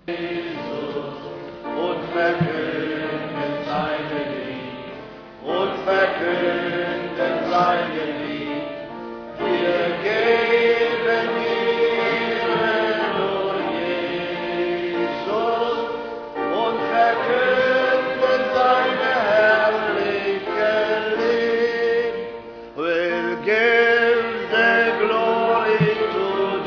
und verkünden seine Lieb und verkünden seine Lieb. Wir geben Ehre nur Jesus und verkünden seine herrliche Lieb. We'll give the glory to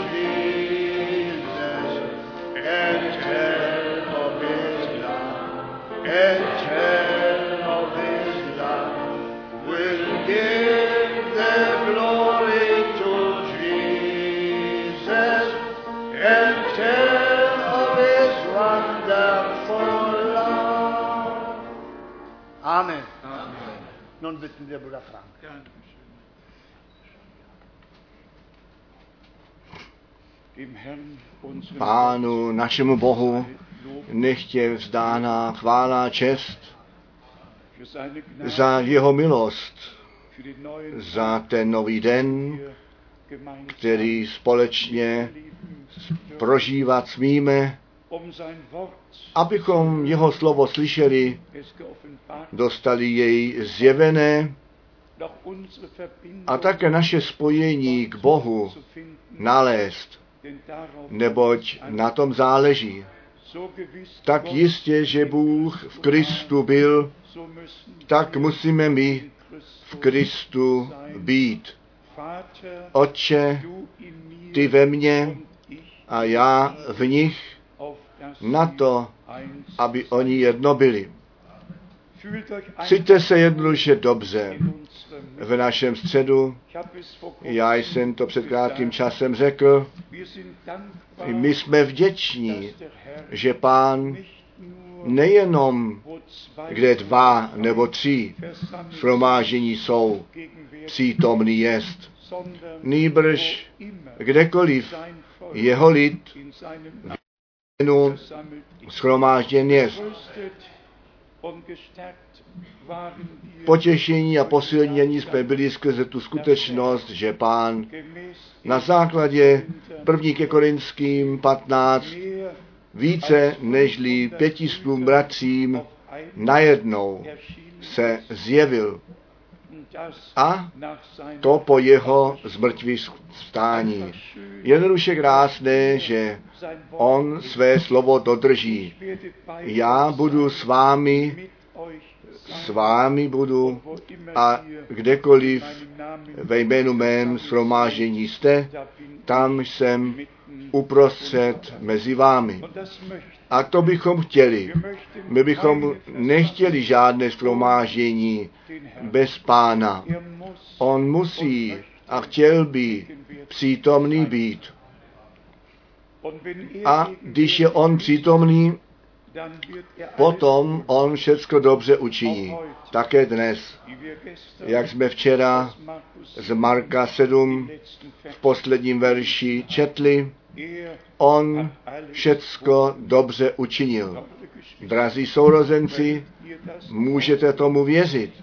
Jesus and tell of his love, and tell of his love. We'll give the glory to Jesus and tell of his wonderful love. Amen. Nun bitten wir Bruder Frank. Pánu, našemu Bohu, nech je vzdána chvála, čest za jeho milost, za ten nový den, který společně prožívat smíme, abychom jeho slovo slyšeli, dostali jej zjevené a také naše spojení k Bohu nalézt, neboť na tom záleží. Tak jistě, že Bůh v Kristu byl, tak musíme my v Kristu být. Otče, ty ve mně a já v nich, na to, aby oni jedno byli. Cítíte se jednoduše dobře v našem středu. Já jsem to před krátkým časem řekl. My jsme vděční, že Pán nejenom, kde 2 nebo 3 shromáždění jsou, přítomný jest, nýbrž kdekoliv jeho lid shromážděn jest. Potěšení a posilnění jsme byli skrze tu skutečnost, že Pán na základě 1. Korinským 15 více nežli 500 bratřím najednou se zjevil. A to po jeho zmrtvých vstání. Jednoduše krásné, že on své slovo dodrží. Já budu s vámi budu a kdekoliv ve jménu mém shromáždění jste, tam jsem uprostřed mezi vámi. A to bychom chtěli. My bychom nechtěli žádné shromáždění bez Pána. On musí a chtěl by přítomný být. A když je on přítomný, potom on všecko dobře učiní. Také dnes, jak jsme včera z Marka 7 v posledním verši četli, on všecko dobře učinil. Drazí sourozenci, můžete tomu věřit.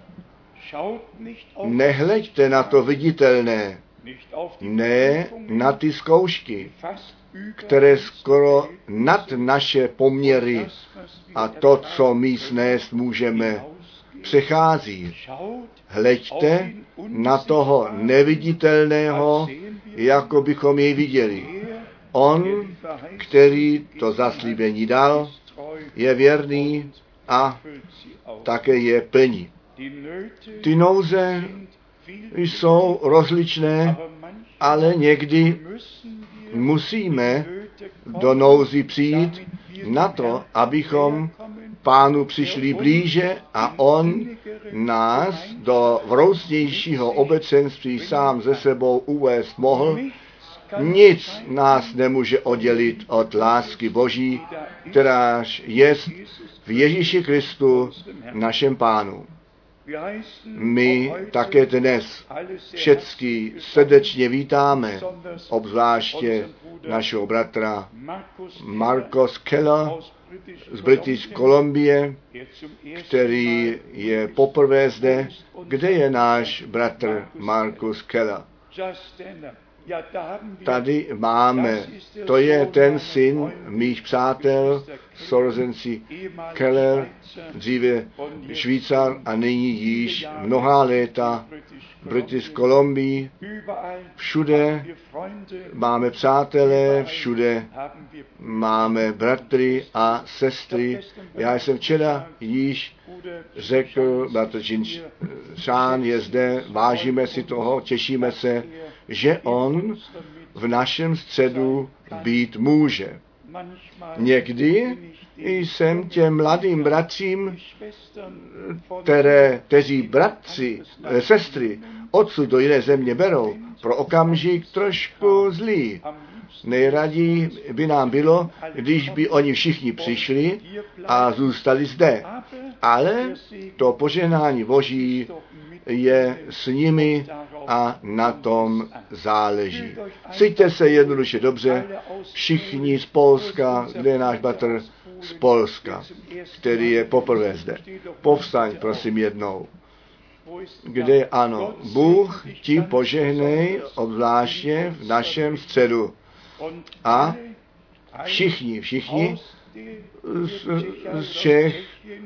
Nehleďte na to viditelné, ne na ty zkoušky, které skoro nad naše poměry a to, co my snést můžeme, přechází. Hleďte na toho neviditelného, jako bychom jej viděli. On, který to zaslíbení dal, je věrný a také je plní. Ty nouze jsou rozličné, ale někdy musíme do nouzy přijít na to, abychom Pánu přišli blíže a on nás do vroucnějšího obecenství sám ze sebou uvést mohl. Nic nás nemůže oddělit od lásky Boží, kteráž jest v Ježíši Kristu, našem Pánu. My také dnes všecky srdečně vítáme, obzvláště našeho bratra Marcos Keller z British Columbie, který je poprvé zde. Kde je náš bratr Marcus Keller? tady máme, to je ten syn mých přátel, sourozenci Keller, dříve Švýcar a nyní již mnohá léta British Kolumbii. Všude máme přátelé, všude máme bratry a sestry. Já jsem včera již řekl, bratr Šán je zde, vážíme si toho, těšíme se, že on v našem středu být může. Někdy jsem těm mladým bratřím, kteří bratři, sestry odsud do jiné země berou, pro okamžik trošku zlý. Nejraději by nám bylo, když by oni všichni přišli a zůstali zde. Ale to požehnání Boží je s nimi a na tom záleží. Cítíte se jednoduše dobře, všichni z Polska, kde je náš bratr z Polska, který je poprvé zde. Povstaň, prosím, jednou. Kde ano, Bůh ti požehnej, obzvláště v našem středu. A všichni z Čech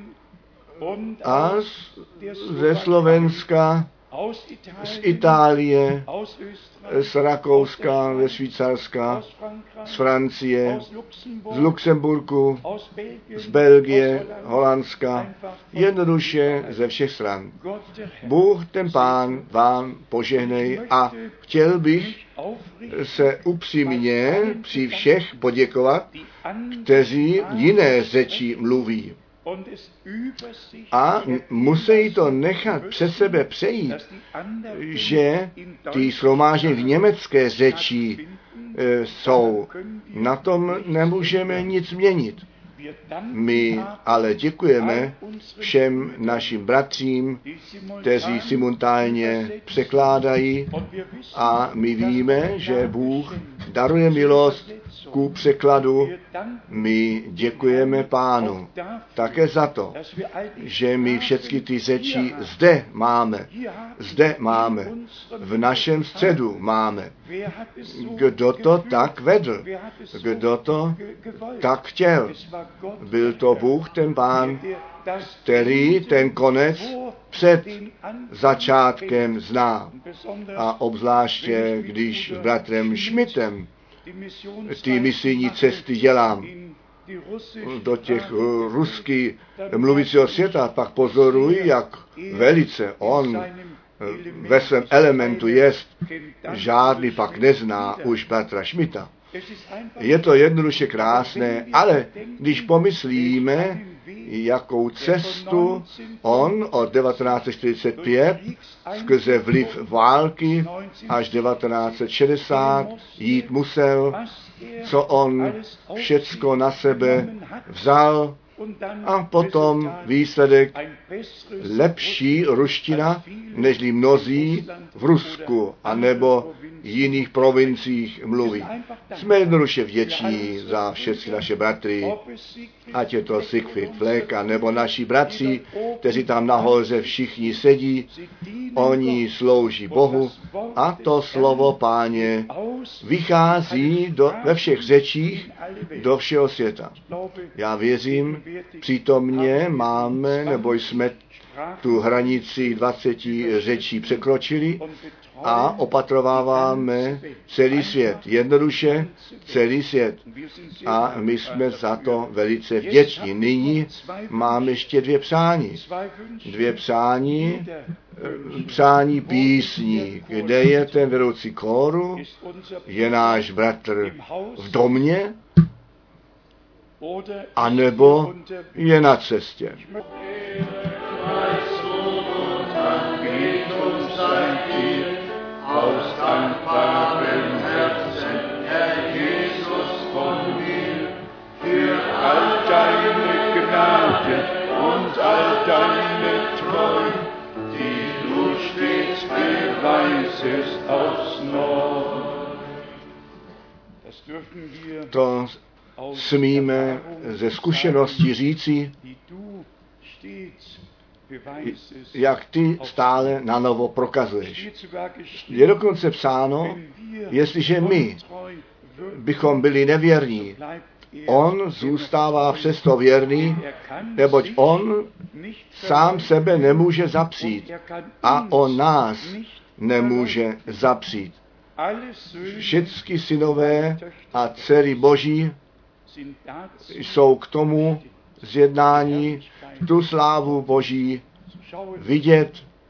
a ze Slovenska, z Itálie, z Rakouska, ze Švýcarska, z Francie, z Lucemburku, z Belgie, Holandska, jednoduše ze všech stran. Bůh, ten Pán, vám požehnej a chtěl bych se upřímně při všech poděkovat, kteří jiné řeči mluví. A musí to nechat přes sebe přejít, že ty shromáždění v německé řeči jsou. Na tom nemůžeme nic měnit. My ale děkujeme všem našim bratřím, kteří simultánně překládají a my víme, že Bůh daruje milost ku překladu. My děkujeme Pánu také za to, že my všechny ty řeči zde máme, v našem středu máme. Kdo to tak vedl? Kdo to tak chtěl? Byl to Bůh, ten Pán, který ten konec před začátkem zná. A obzvláště, když s bratrem Schmidtem ty misijní cesty dělám do těch ruských mluvícího světa, pak pozoruji, jak velice on ve svém elementu jest, žádný pak nezná už bratra Schmidta. Je to jednoduše krásné, ale když pomyslíme, jakou cestu on od 1945 skrze vliv války až 1960 jít musel, co on všecko na sebe vzal, a potom výsledek lepší ruština, nežli mnozí v Rusku anebo jiných provinciích mluví. Jsme jednoduše vděční za všechny naše bratry, ať je to Siegfried Fleck, nebo naši bratři, kteří tam nahoře všichni sedí, oni slouží Bohu a to slovo Páně vychází ve všech řečích do všeho světa. Já věřím, přítomně máme, nebo jsme tu hranici 20 řečí překročili a opatrováváme celý svět. Jednoduše celý svět. A my jsme za to velice vděční. Nyní máme ještě dvě přání. Přání písní. Kde je ten vedoucí kóru? Je náš bratr v domě? A nebo je na cestě. Aus dankbarem Herzen, Herr Jesus von mir, für all deine Gnade und all deine Treu, die du stets beweisest aufs Neue. To smíme ze zkušenosti říci, jak ty stále na novo prokazuješ. Je dokonce psáno, jestliže my bychom byli nevěrní, on zůstává přesto věrný, neboť on sám sebe nemůže zapřít a on nás nemůže zapřít. Všichni synové a dcery Boží jsou k tomu zjednání tu slávu Boží vidět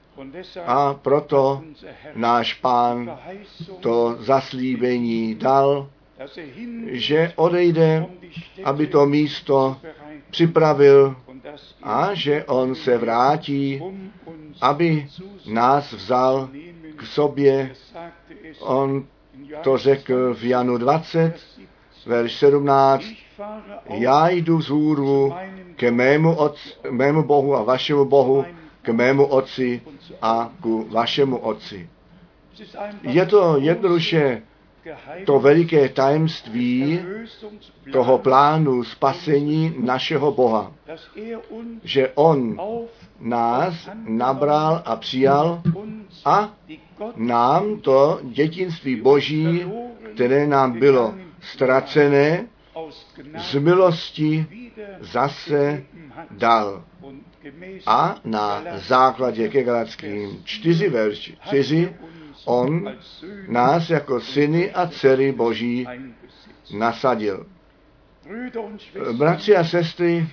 a proto náš Pán to zaslíbení dal, že odejde, aby to místo připravil a že on se vrátí, aby nás vzal k sobě. On to řekl v Janu 20, verš 17. Já jdu vzhůru ke mému Bohu a vašemu Bohu, k mému Otci a ku vašemu Otci. Je to jednoduše to veliké tajemství toho plánu spasení našeho Boha, že on nás nabral a přijal a nám to dětinství Boží, které nám bylo ztracené, z milosti zase dal. A na základě ke Galatským 4 verši 4 on nás jako syny a dcery Boží nasadil. Bratři a sestry,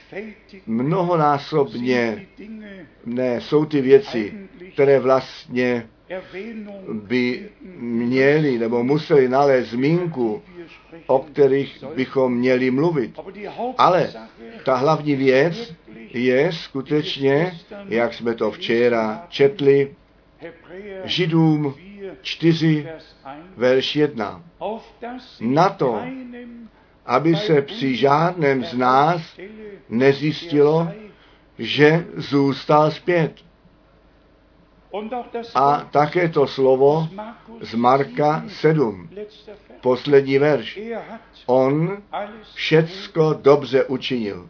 mnohonásobně jsou ty věci, které vlastně by měli nebo museli nalézt zmínku, o kterých bychom měli mluvit. Ale ta hlavní věc je skutečně, jak jsme to včera četli, Židům 4, verš 1. Na to, aby se při žádném z nás nezjistilo, že zůstal zpět. A také to slovo z Marka 7, poslední verš. On všecko dobře učinil.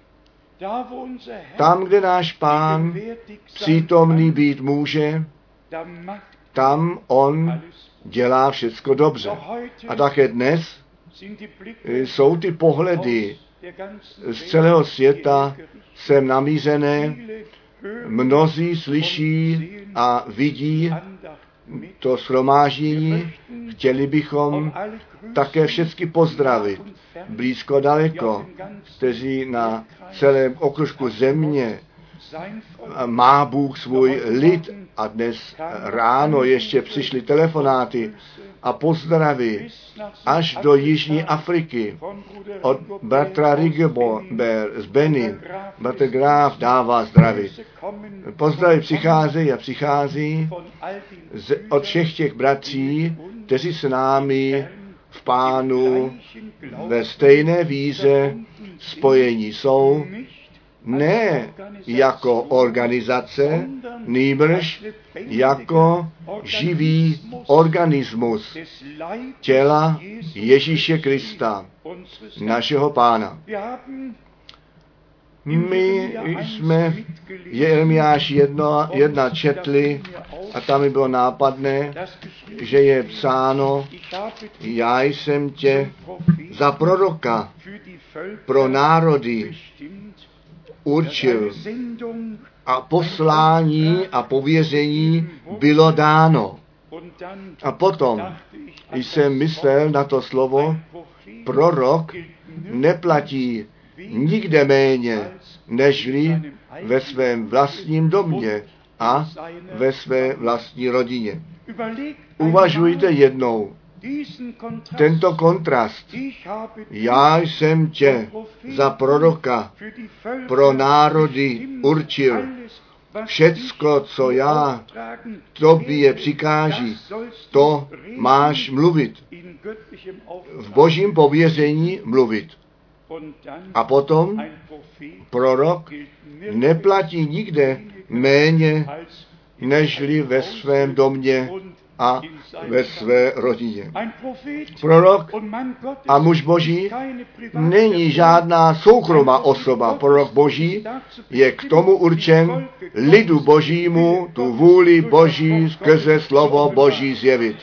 Tam, kde náš Pán přítomný být může, tam on dělá všecko dobře. A také dnes jsou ty pohledy z celého světa sem namířené. Mnozí slyší a vidí to shromáždění. Chtěli bychom také všechny pozdravit, blízko daleko, kteří na celém okružku země má Bůh svůj lid a dnes ráno ještě přišly telefonáty a pozdravy až do Jižní Afriky od bratra Rigeber z Benin. Bratr Graf dává zdraví. Pozdravy přicházejí a přichází od všech těch bratří, kteří s námi v Pánu ve stejné víře spojení jsou, ne jako organizace, nýbrž jako živý organismus těla Ježíše Krista, našeho Pána. My jsme Jeremiáš 1 četli a tam mi bylo nápadné, že je psáno, já jsem tě za proroka pro národy určil a poslání a pověření bylo dáno. A potom jsem myslel na to slovo, prorok neplatí nikde méně, nežli ve svém vlastním domě a ve své vlastní rodině. Uvažujte jednou tento kontrast. Já jsem tě za proroka pro národy určil. Všecko, co já tobě přikáží, to máš mluvit. V božím pověření mluvit. A potom prorok neplatí nikde méně, nežli ve svém domě a ve své rodině. Prorok a muž Boží není žádná soukromá osoba. Prorok Boží je k tomu určen lidu Božímu tu vůli Boží skrze slovo Boží zjevit.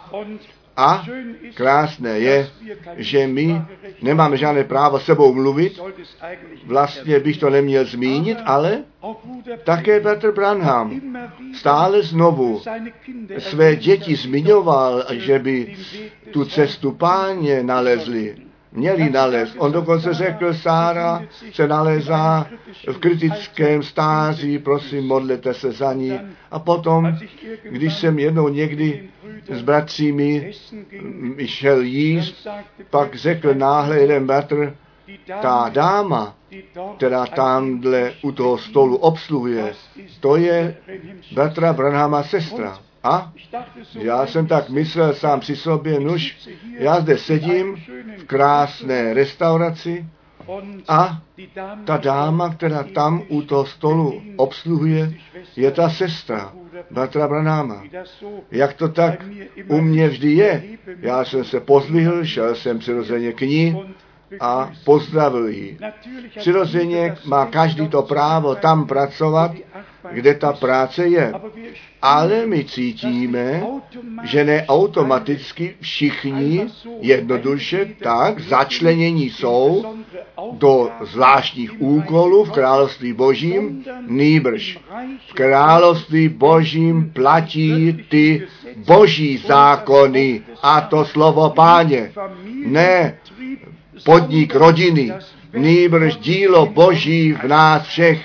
A krásné je, že my nemáme žádné právo sebou mluvit, vlastně bych to neměl zmínit, ale také bratr Branham stále znovu své děti zmiňoval, že by tu cestu Páně nalezli. Měli nalézt. On dokonce řekl, Sára se nalézá v kritickém stáří, prosím, modlete se za ní. A potom, když jsem jednou někdy s bratřími šel jíst, pak řekl náhle jeden bratr, ta dáma, která tamhle u toho stolu obsluhuje, to je bratra Branhama sestra. A já jsem tak myslel sám při sobě, nuž, já zde sedím v krásné restauraci a ta dáma, která tam u toho stolu obsluhuje, je ta sestra bratra Branhama. Jak to tak u mě vždy je. Já jsem se pozdvihl, šel jsem přirozeně k ní a pozdravil ji. Přirozeně má každý to právo tam pracovat, kde ta práce je. Ale my cítíme, že ne automaticky všichni jednoduše tak začlenění jsou do zvláštních úkolů v království Božím, nýbrž v království Božím platí ty Boží zákony a to slovo Páně. Ne podnik rodiny, nýbrž dílo Boží v nás všech.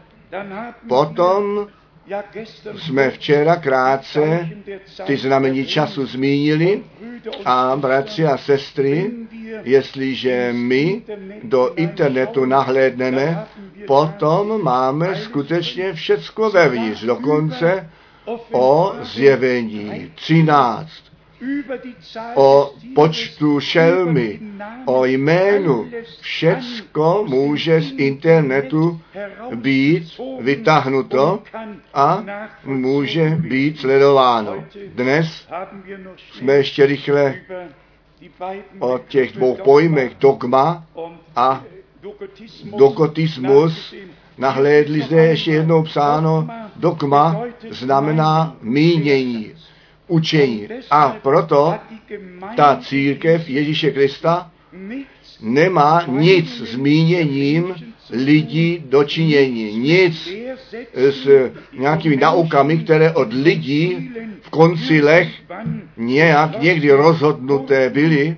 Potom jsme včera krátce ty znamení času zmínili a bratři a sestry, jestliže my do internetu nahlédneme, potom máme skutečně všecko vevnitř, dokonce o zjevení 13, o počtu šelmy, o jménu. Všecko může z internetu být vytáhnuto a může být sledováno. Dnes jsme ještě rychle o těch dvou pojmech dogma a dogotismus nahlédli. Zde ještě jednou psáno, dogma znamená mínění, učení. A proto ta církev Ježíše Krista nemá nic s míněním lidí dočinění, nic s nějakými naukami, které od lidí v koncilech nějak někdy rozhodnuté byly,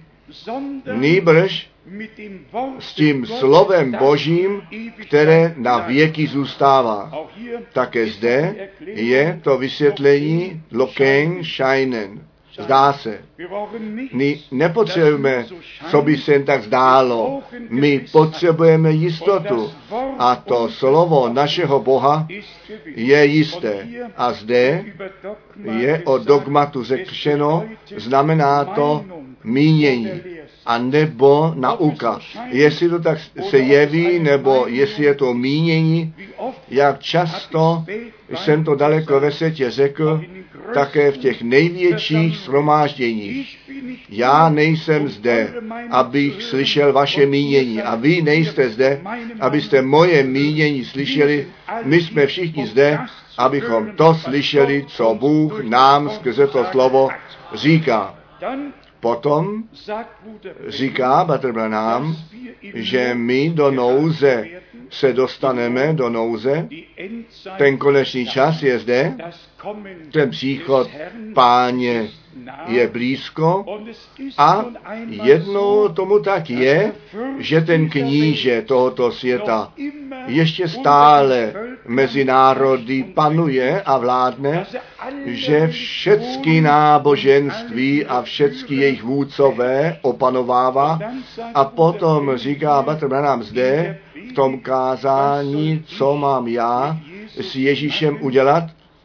nýbrž s tím slovem Božím, které na věky zůstává. Také zde je to vysvětlení loken scheinen. Zdá se. My nepotřebujeme, co by se jen tak zdálo. My potřebujeme jistotu. A to slovo našeho Boha je jisté. A zde je o dogmatu řečeno, znamená to mínění a nebo nauka. Jestli to tak se jeví, nebo jestli je to mínění, jak často jsem to daleko ve světě řekl, také v těch největších shromážděních. Já nejsem zde, abych slyšel vaše mínění a vy nejste zde, abyste moje mínění slyšeli. My jsme všichni zde, abychom to slyšeli, co Bůh nám skrze to slovo říká. Potom říká bratr Branham, že my do nouze se dostaneme, do nouze. Ten konečný čas je zde, ten příchod Páně je blízko a jednou tomu tak je, že ten kníže tohoto světa ještě stále mezi národy panuje a vládne, že všecky náboženství a všecky jejich vůdcové opanovává a potom říká bratr Branham zde v tom kázání, co mám já s Ježíšem udělat.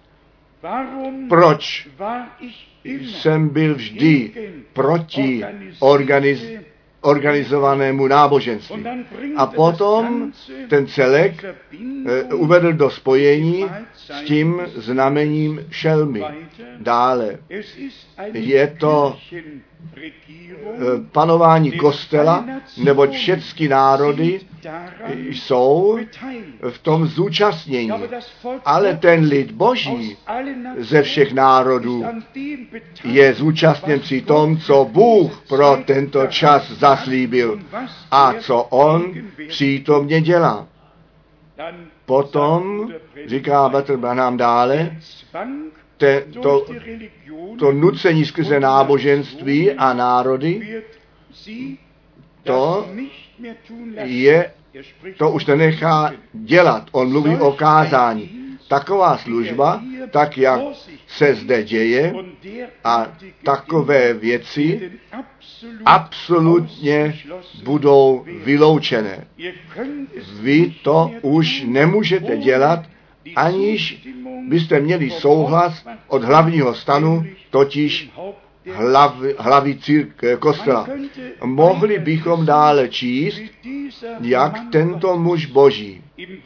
Proč jsem byl vždy proti organizovanému náboženství. A potom ten celek uvedl do spojení s tím znamením šelmy. Dále je to panování kostela, neboť všechny národy jsou v tom zúčastnění. Ale ten lid Boží ze všech národů je zúčastněn při tom, co Bůh pro tento čas zaslíbil a co on přítomně dělá. Potom, říká Bratr Branham dále, to nucení skrze náboženství a národy, to už nenechá dělat. On mluví o kázání. Taková služba, tak jak se zde děje, a takové věci absolutně budou vyloučené. Vy to už nemůžete dělat, aniž byste měli souhlas od hlavního stanu, totiž hlavy kostela. Mohli bychom dále číst, jak tento muž Boží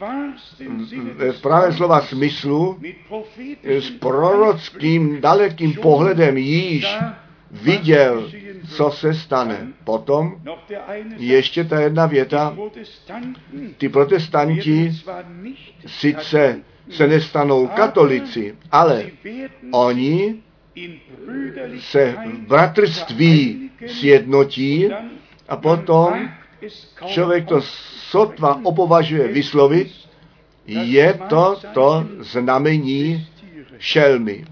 v pravé slova smyslu s prorockým dalekým pohledem již viděl, co se stane. Potom ještě ta jedna věta. Ty protestanti sice se nestanou katolici, ale oni se v bratrství sjednotí a potom člověk to sotva opovažuje vyslovit, je to znamení šelmy.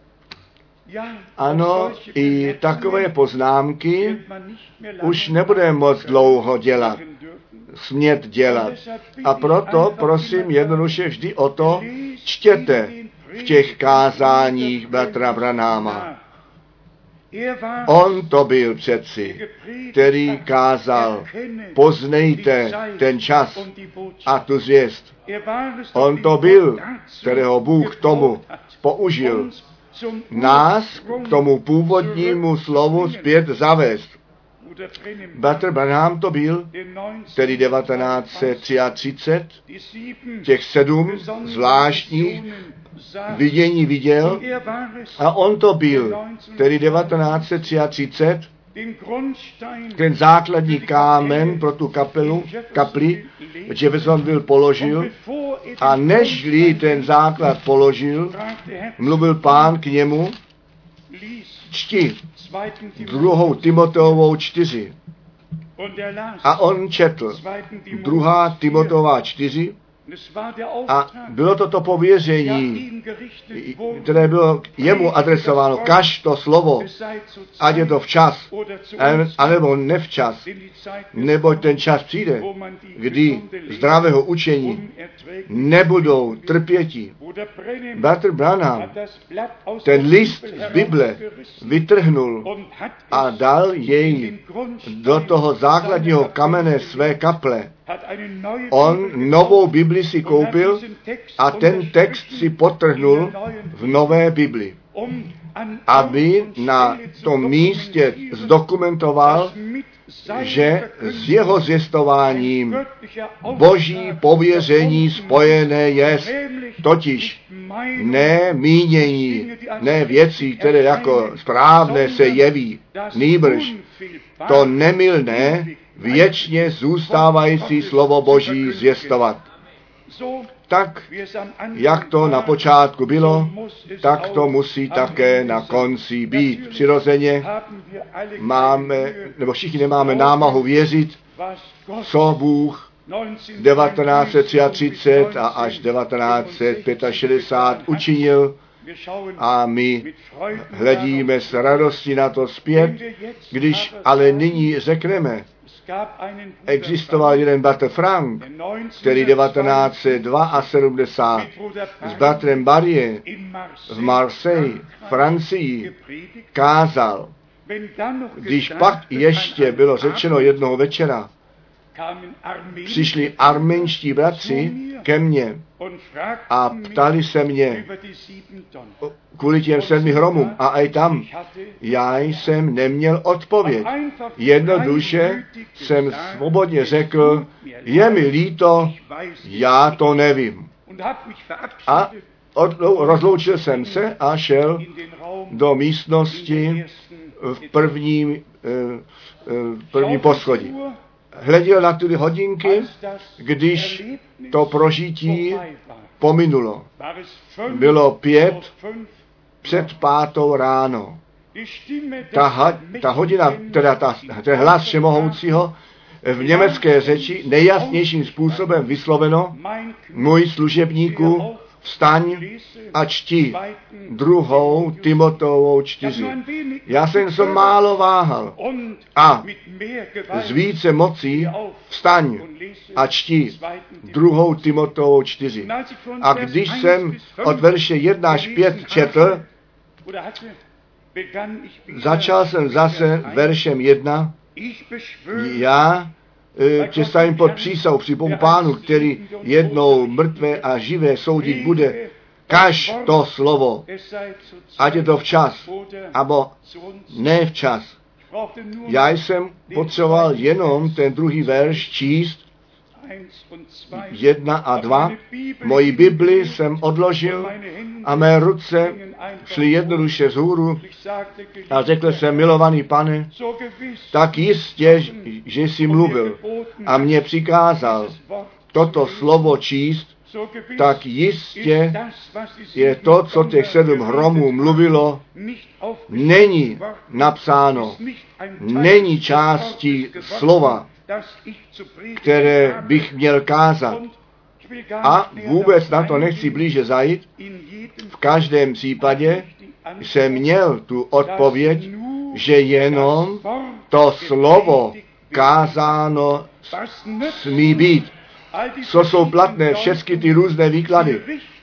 Ano, i takové poznámky už nebude moc dlouho smět dělat. A proto prosím jednoduše vždy o to, čtěte v těch kázáních bratra Branhama. On to byl přeci, který kázal, poznejte ten čas a tu zvěst. On to byl, kterého Bůh tomu použil, nás k tomu původnímu slovu zpět zavést. Bratr Branham to byl, tedy 1933, těch 7 zvláštních vidění viděl, a on to byl, tedy 1933, ten základní kámen pro tu kapli v Jeffersonville položil, a nežli ten základ položil, mluvil Pán k němu, čti 2. Timoteovou 4. A on četl 2. Timoteová 4 a bylo to pověření, které bylo jemu adresováno. Kaž to slovo, ať je to včas, anebo nevčas, neboť ten čas přijde, kdy zdravého učení nebudou trpěti. Bratr Branham ten list z Bible vytrhnul a dal jej do toho základního kamene své kaple. On novou Bibli si koupil a ten text si podtrhnul v nové Bibli, aby na tom místě zdokumentoval, že s jeho zvěstováním Boží pověření spojené je, totiž ne mínění, ne věci, které jako správné se jeví, nýbrž to nemylné, věčně zůstávající slovo Boží zvěstovat. Tak, jak to na počátku bylo, tak to musí také na konci být. Přirozeně máme, nebo všichni nemáme námahu věřit, co Bůh 1933 a až 1965 učinil, a my hledíme s radostí na to zpět, když ale nyní řekneme, existoval jeden bratr Frank, který 1972 s bratrem Barrier v Marseille, Francii, kázal. Když pak ještě bylo řečeno jednoho večera, přišli arménští bratři ke mně a ptali se mě kvůli těm 7 hromům a i tam já jsem neměl odpověď. Jednoduše jsem svobodně řekl, je mi líto, já to nevím. A rozloučil jsem se a šel do místnosti v prvním poschodí. Hleděl na ty hodinky, když to prožití pominulo. Bylo 5 před 5 ráno. Ta hodina, teda ten hlas Všemohoucího v německé řeči nejjasnějším způsobem vysloveno: můj služebníku, vstaň a čti 2. Timoteovou 4. Já jsem se málo váhal a z více mocí vstaň a čti 2. Timoteovou 4. A když jsem od verše 1 až 5 četl, začal jsem zase veršem 1. Já tě stavím pod přísahu při Bohu Pánu, který jednou mrtvé a živé soudit bude. Kaž to slovo, ať je to včas, abo ne včas. Já jsem potřeboval jenom ten 2. verš číst, 1 a 2. Moji Bibli jsem odložil a mé ruce šly jednoduše vzhůru a řekl jsem: milovaný Pane, tak jistě, že jsi mluvil a mě přikázal toto slovo číst, tak jistě je to, co těch 7 hromů mluvilo, není napsáno, není částí slova, které bych měl kázat. A vůbec na to nechci blíže zajít. V každém případě jsem měl tu odpověď, že jenom to slovo kázáno smí být. Co jsou platné všechny ty různé výklady,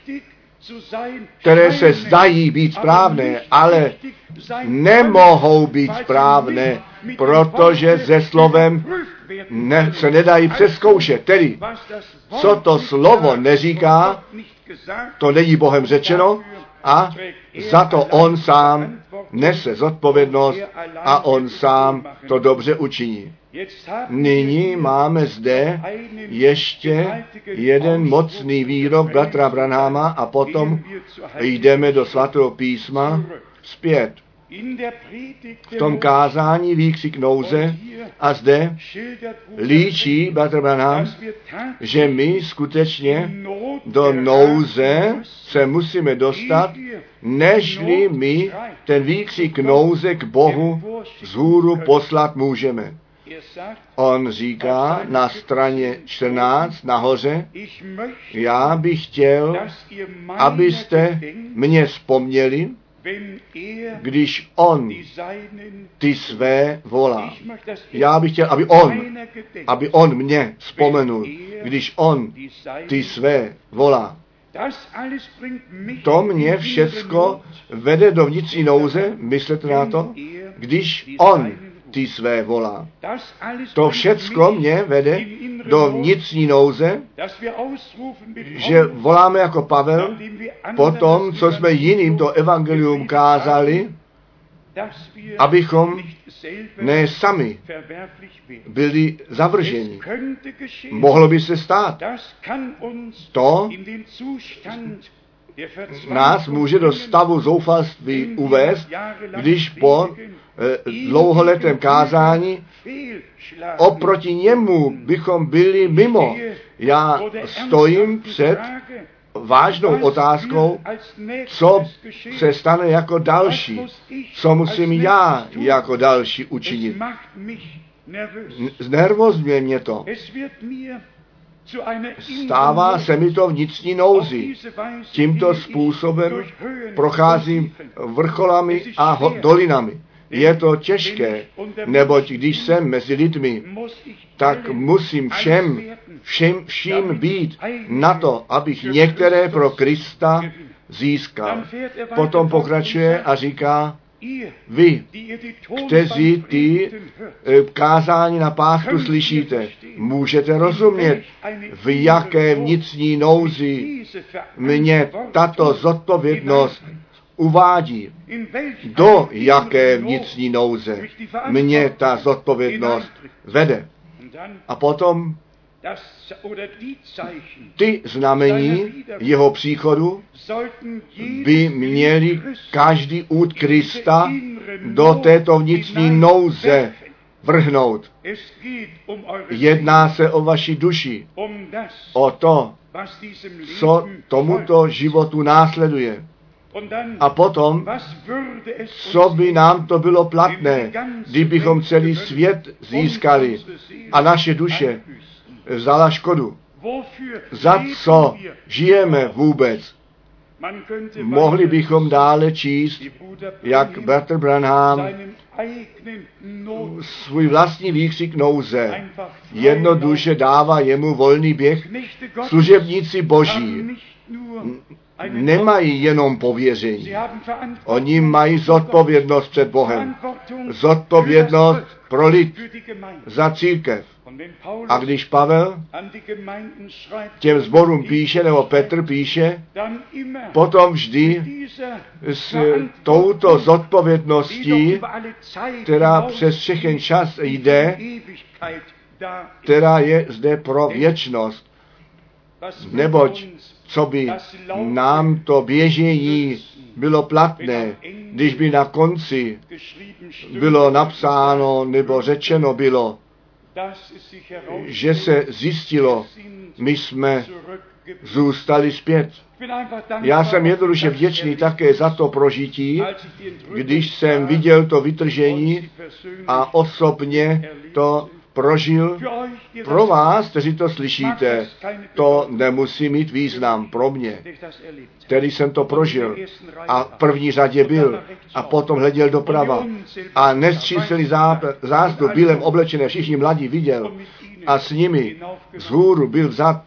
které se zdají být správné, ale nemohou být správné, protože se slovem se nedají přezkoušet. Tedy, co to slovo neříká, to není Bohem řečeno a za to on sám nese zodpovědnost a on sám to dobře učiní. Nyní máme zde ještě jeden mocný výrok bratra Branhama a potom jdeme do svatého písma zpět. V tom kázání výkřik nouze a zde líčí bratr Branham, že my skutečně do nouze se musíme dostat, nežli my ten výkřik nouze k Bohu vzhůru poslat můžeme. On říká na straně 14 nahoře: já bych chtěl, abyste mě vzpomněli, když on ty své volá. Já bych chtěl, aby on mě vzpomenul, když on ty své volá. To mě všecko vede do vnitřní nouze, myslete na to, když on ty své volá. To všecko mě vede do vnitřní nouze, že voláme jako Pavel po tom, co jsme jiným to evangelium kázali, abychom ne sami byli zavrženi. Mohlo by se stát. To nás může do stavu zoufalství uvést, když po dlouholetém kázání oproti němu bychom byli mimo. Já stojím před vážnou otázkou, co se stane jako další, co musím já jako další učinit. Znervozňuje mě to. Stává se mi to vnitřní nouzi. Tímto způsobem procházím vrcholami a dolinami. Je to těžké, neboť když jsem mezi lidmi, tak musím vším být na to, abych některé pro Krista získal. Potom pokračuje a říká: Vy, kteří ty kázání na pásku slyšíte, můžete rozumět, v jaké vnitřní nouzi mě tato zodpovědnost uvádí. Do jaké vnitřní nouze mě ta zodpovědnost vede. A potom ty znamení jeho příchodu by měli každý út Krista do této vnitřní nouze vrhnout. Jedná se o vaši duši, o to, co tomuto životu následuje. A potom, co by nám to bylo platné, kdybychom celý svět získali a naše duše vzala škodu. Za co žijeme vůbec? Mohli bychom dále číst, jak bratr Branham svůj vlastní výkřik nouze jednoduše dává jemu volný běh. Služebníci Boží nemají jenom pověření. Oni mají zodpovědnost před Bohem. Zodpovědnost pro lid, za církev. A když Pavel těm sborům píše, nebo Petr píše, potom vždy s touto zodpovědností, která přes všechen čas jde, která je zde pro věčnost. Neboť co by nám to běžení bylo platné, když by na konci bylo napsáno nebo řečeno bylo, že se zjistilo, my jsme zůstali zpět. Já jsem jednoduše vděčný také za to prožití, když jsem viděl to vytržení a osobně to prožil. Pro vás, kteří to slyšíte, to nemusí mít význam pro mě, který jsem to prožil a v první řadě byl a potom hleděl doprava a nesčíslný zástup bílem oblečené, všichni mladí viděl a s nimi vzhůru byl vzat.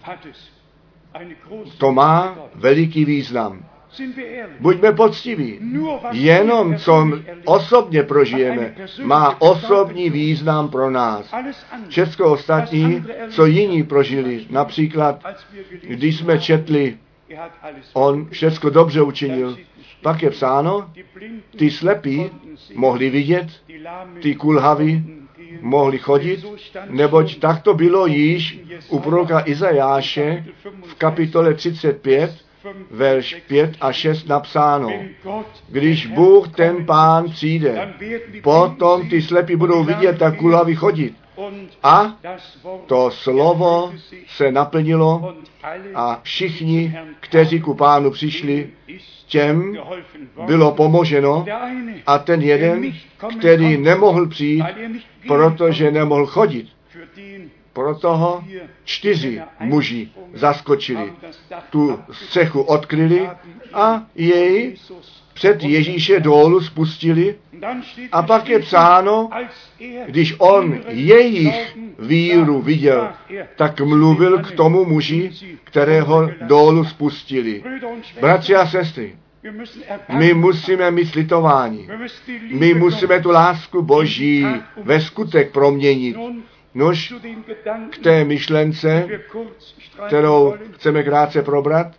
To má veliký význam. Buďme poctiví. Jenom co osobně prožijeme, má osobní význam pro nás. Všechno ostatní, co jiní prožili, například, když jsme četli, on všechno dobře učinil, pak je psáno, ty slepí mohli vidět, ty kulhaví mohli chodit, neboť tak to bylo již u proroka Izajáše v kapitole 35, verš 5 a 6 napsáno. Když Bůh ten Pán přijde, potom ty slepí budou vidět a kulhaví chodit. A to slovo se naplnilo a všichni, kteří ku Pánu přišli, těm bylo pomoženo a ten jeden, který nemohl přijít, protože nemohl chodit, pro toho 4 muži zaskočili, tu střechu odkryli a jej před Ježíše dolů spustili a pak je psáno, když on jejich víru viděl, tak mluvil k tomu muži, kterého dolů spustili. Bratři a sestry, my musíme mít slitování. My musíme tu lásku Boží ve skutek proměnit. Nož k té myšlence, kterou chceme krátce probrat,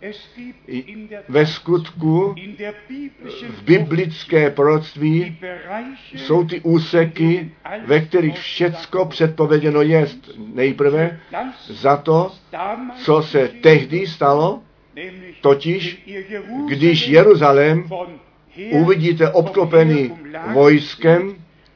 ve skutku v biblické proroctví jsou ty úseky, ve kterých všecko předpověděno jest. Nejprve za to, co se tehdy stalo, totiž když Jeruzalém uvidíte obklopený vojskem,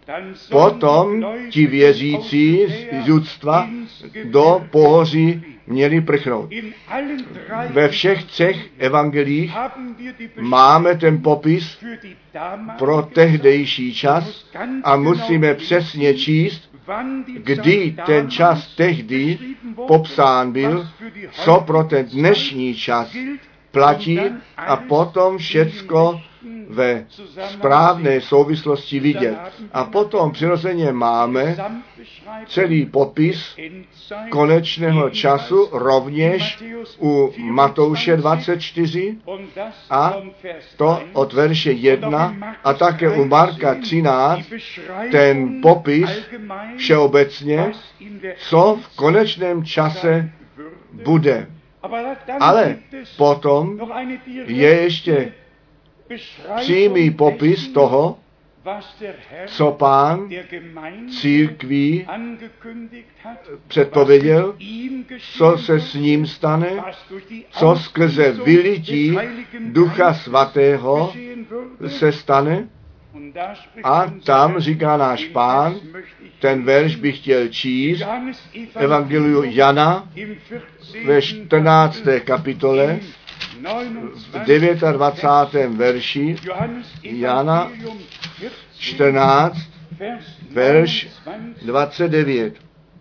potom ti věřící z judstva do pohoří měli prchnout. Ve všech 3 evangelích máme ten popis pro tehdejší čas a musíme přesně číst, kdy ten čas tehdy popsán byl, co pro ten dnešní čas platí a potom všecko ve správné souvislosti vidět. A potom přirozeně máme celý popis konečného času rovněž u Matouše 24 a to od verše 1 a také u Marka 13 ten popis všeobecně, co v konečném čase bude. Ale potom je ještě přímý popis toho, co Pán církví předpověděl, co se s ním stane, co skrze vylití Ducha Svatého se stane. A tam říká náš Pán, ten verš bych chtěl číst, Evangeliu Jana ve 14. kapitole, v 29. verši, Jana 14, verš 29.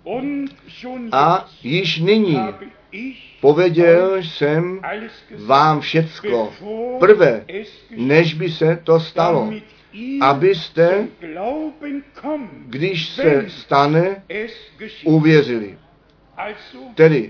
A již nyní pověděl jsem vám všecko, prvé, než by se to stalo, abyste, když se stane, uvěřili. Tedy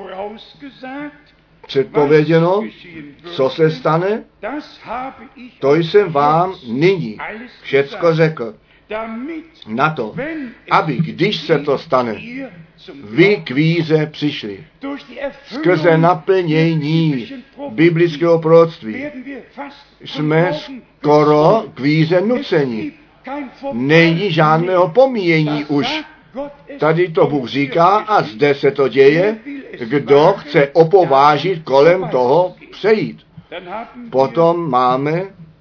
předpověděno, co se stane, to jsem vám nyní všecko řekl. Na to, aby, když se to stane, vy k víře přišli. Skrze naplnění biblického proroctví jsme skoro k víře nuceni. Není žádného pomíjení už. Tady to Bůh říká a zde se to děje, kdo chce opovážit kolem toho přejít. Potom máme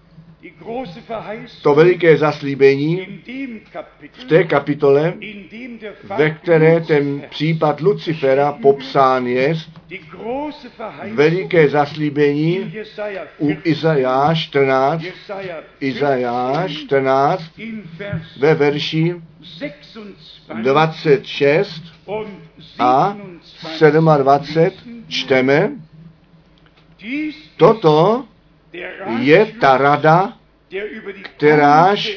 to veliké zaslíbení v té kapitole, ve které ten případ Lucifera popsán je, veliké zaslíbení u Izajáš 14, ve verši 26 a 27 čteme, toto je ta rada, kteráž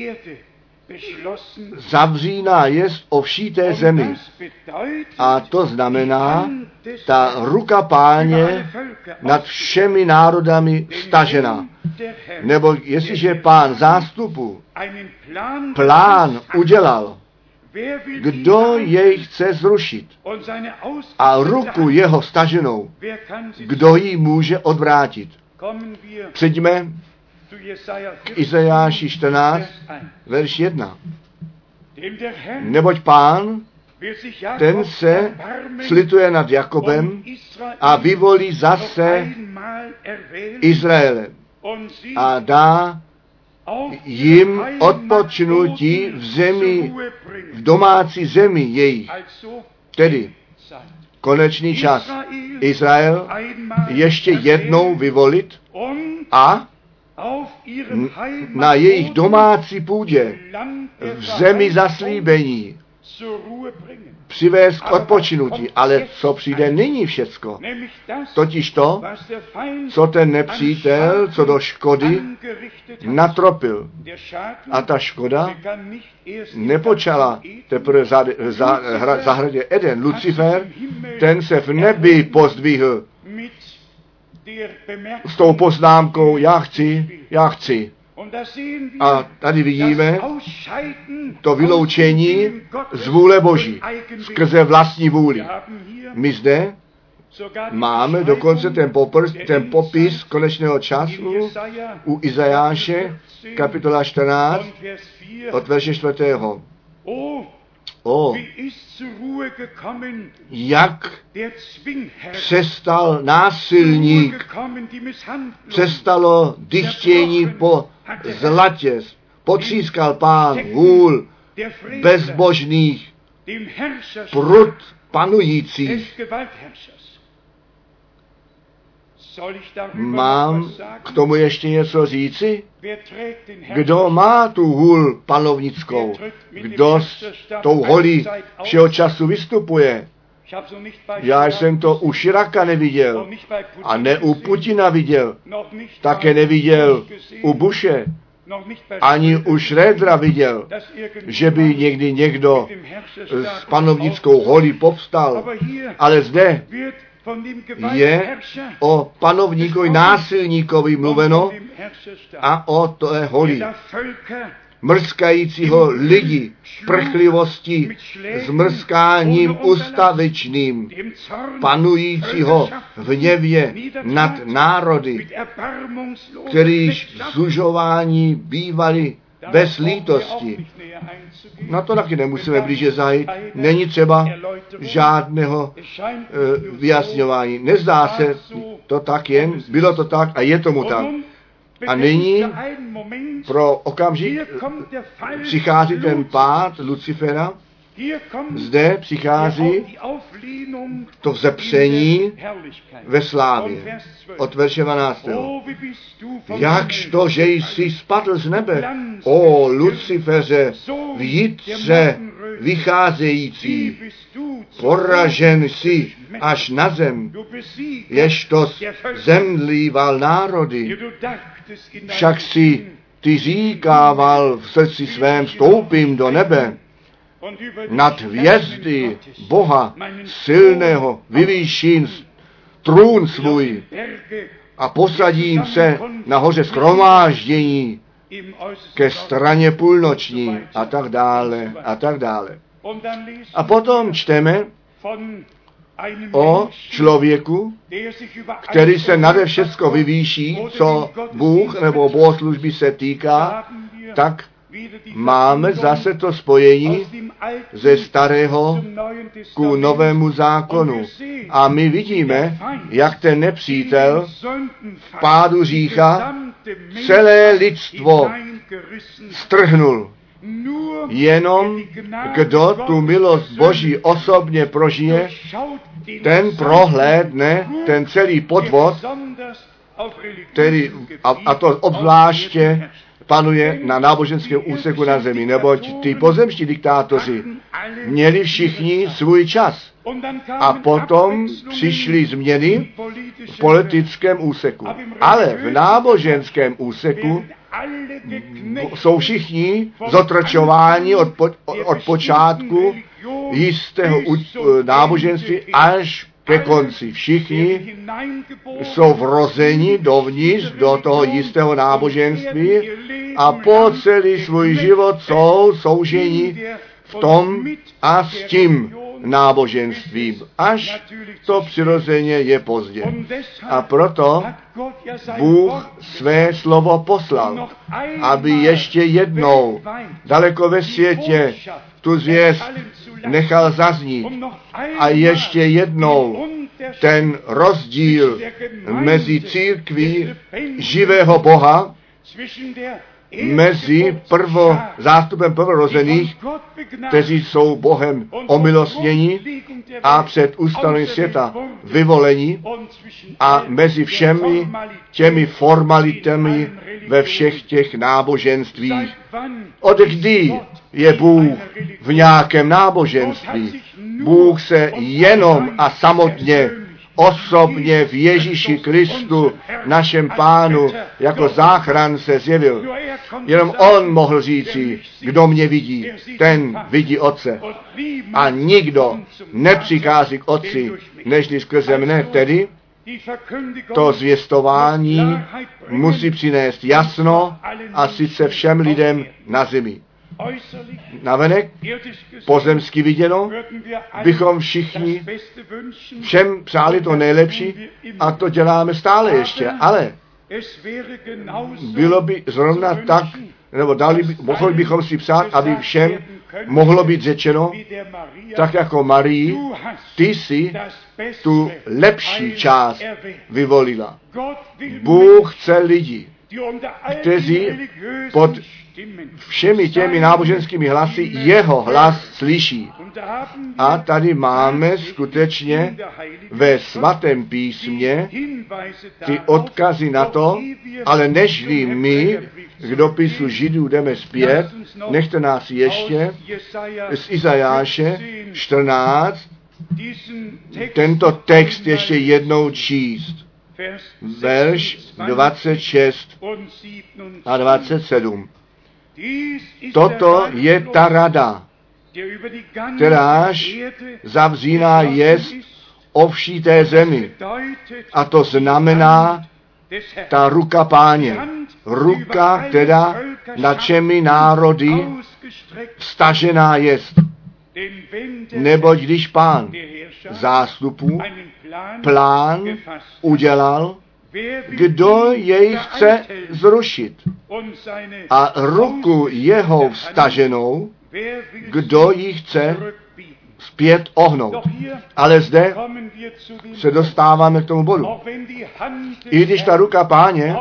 zavříná jest o vší té zemi. A to znamená, ta ruka Páně nad všemi národami stažená. Nebo jestliže Pán zástupu plán udělal, kdo jej chce zrušit a ruku jeho staženou, kdo ji může odvrátit. Přijďme k Izajáši 14, verš 1. Neboť Pán, ten se slituje nad Jakobem a vyvolí zase Izraele a dá jim odpočnutí v zemi, v domácí zemi jejich. Tedy konečný čas. Izrael ještě jednou vyvolit a na jejich domácí půdě v zemi zaslíbení přivést k odpočinutí. Ale co přijde nyní všecko? Totiž to, co ten nepřítel, co do škody natropil. A ta škoda nepočala teprve v zahradě Eden. Lucifer, ten se v nebi pozdvihl s tou poznámkou já chci. A tady vidíme to vyloučení z vůle Boží skrze vlastní vůli. My zde máme dokonce ten popis konečného času u Izajáše, kapitola 14, od verše 4. Jak přestal násilník, přestalo dychtění po zlatě, potřískal Pán vůl bezbožných, prud panujících. Mám k tomu ještě něco říci? Kdo má tu hůl panovnickou? Kdo s tou holí všeho času vystupuje? Já jsem to u Širaka neviděl a ne u Putina viděl. Také neviděl u Bushe, ani u Schrödera viděl, že by někdy někdo s panovnickou holí povstal. Ale zde je o panovníkovi násilníkovi mluveno a o té holí, mrskajícího lidi, prchlivosti, zmrskáním ustavičným, panujícího v hněvě nad národy, kterýž zužování bývali bez lítosti. Na to taky nemusíme blíže zajít. Není třeba žádného vyjasňování. Nezdá se to tak jen, bylo to tak a je tomu tak. A nyní pro okamžik přichází ten pád Lucifera, zde přichází to vzepření ve slávě. Od verše 12. Jakž to, že jsi spadl z nebe, o Luciferře, vjitře vycházející, poražen jsi až na zem, ježto zemlíval národy, však si ty říkával v srdci svém, vstoupím do nebe, nad hvězdy Boha silného vyvýším trůn svůj a posadím se na hoře shromáždění ke straně půlnoční a tak dále a tak dále. A potom čteme o člověku, který se nade všecko vyvýší, co Bůh nebo bohoslužby se týká, tak máme zase to spojení ze starého ku novému zákonu. A my vidíme, jak ten nepřítel v pádu hřícha celé lidstvo strhnul. Jenom kdo tu milost Boží osobně prožije, ten prohlédne ten celý podvod, který, a to obzvláště panuje na náboženském úseku na zemi, neboť ty pozemští diktátoři měli všichni svůj čas. A potom přišly změny v politickém úseku. Ale v náboženském úseku jsou všichni zotročováni od počátku jistého náboženství až ke konci. Všichni jsou vrozeni dovnitř do toho jistého náboženství a po celý svůj život jsou souženi v tom a s tím náboženstvím, až to přirozeně je pozdě. A proto Bůh své slovo poslal, aby ještě jednou daleko ve světě tu zvěst nechal zaznít a ještě jednou ten rozdíl mezi církví živého Boha, mezi zástupem prvorozených, kteří jsou Bohem omilostněni a před ustanovením světa vyvolení, a mezi všemi těmi formalitami ve všech těch náboženstvích. Od kdy je Bůh v nějakém náboženství? Bůh se jenom a samotně osobně v Ježíši Kristu, našem Pánu, jako záchránce zjevil. Jenom on mohl říci, kdo mě vidí, ten vidí Otce. A nikdo nepřichází k Otci, nežli skrze mne. Tedy to zvěstování musí přinést jasno, a sice všem lidem na zemi. Navenek, pozemsky viděno, bychom všichni všem přáli to nejlepší a to děláme stále ještě, ale bylo by zrovna tak, nebo mohli bychom si přát, aby všem mohlo být řečeno, tak jako Marii, ty si tu lepší část vyvolila. Bůh chce lidi, kteří pod všemi těmi náboženskými hlasy jeho hlas slyší. A tady máme skutečně ve svatém písmě ty odkazy na to, ale nežli my k dopisu Židů jdeme zpět, nechte nás ještě z Izajáše 14, tento text ještě jednou číst. Verš 26 a 27. Toto je ta rada, kteráž zavříná jest o vší té zemi. A to znamená ta ruka Páně. Ruka, která nad všemi národy vztažená jest. Neboť když Pán zástupů plán udělal, kdo jej chce zrušit? A ruku jeho vztaženou, kdo ji chce zpět ohnout? Ale zde se dostáváme k tomu bodu. I když ta ruka Páně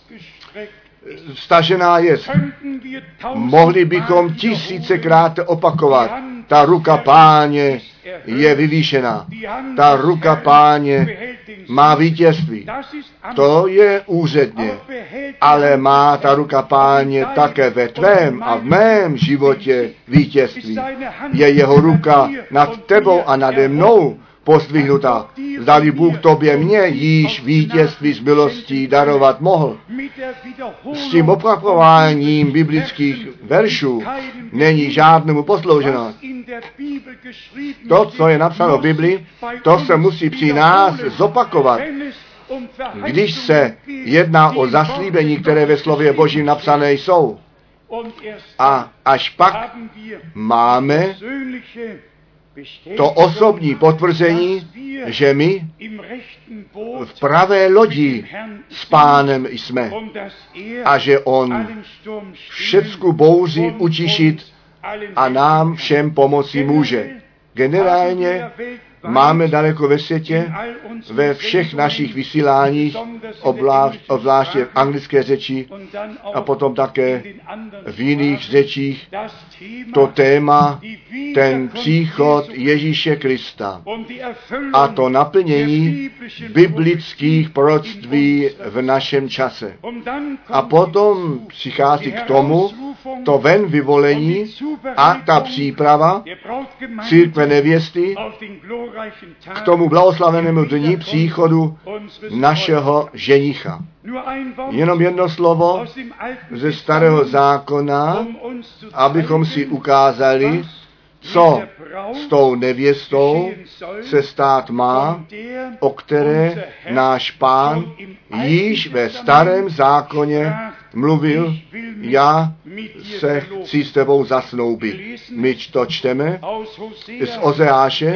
vztažená je, mohli bychom tisícekrát opakovat. Ta ruka Páně je vyvýšená. Ta ruka Páně má vítězství. To je úředně. Ale má ta ruka Páně také ve tvém a v mém životě vítězství. Je jeho ruka nad tebou a nade mnou pozdvihnutá. Zdali Bůh tobě mě již vítězství z milostí darovat mohl. S tím opakováním biblických veršů není žádnému poslouženo. To, co je napsáno v Biblii, to se musí při nás zopakovat. Když se jedná o zaslíbení, které ve slově Božím napsané jsou. A až pak máme to osobní potvrzení, že my v pravé lodi s Pánem jsme a že on všecku bouři utišit a nám všem pomoci může. Generálně máme daleko ve světě, ve všech našich vysíláních, obzvláště v anglické řeči a potom také v jiných řečích, to téma, ten příchod Ježíše Krista a to naplnění biblických proroctví v našem čase. A potom přichází k tomu to ven vyvolení a ta příprava církve nevěsty k tomu blahoslavenému dni příchodu našeho ženicha. Jenom jedno slovo ze Starého zákona, abychom si ukázali, co s tou nevěstou se stát má, o které náš Pán již ve Starém zákoně mluvil, já se chci s tebou zasnoubit. My to čteme z Ozeáše,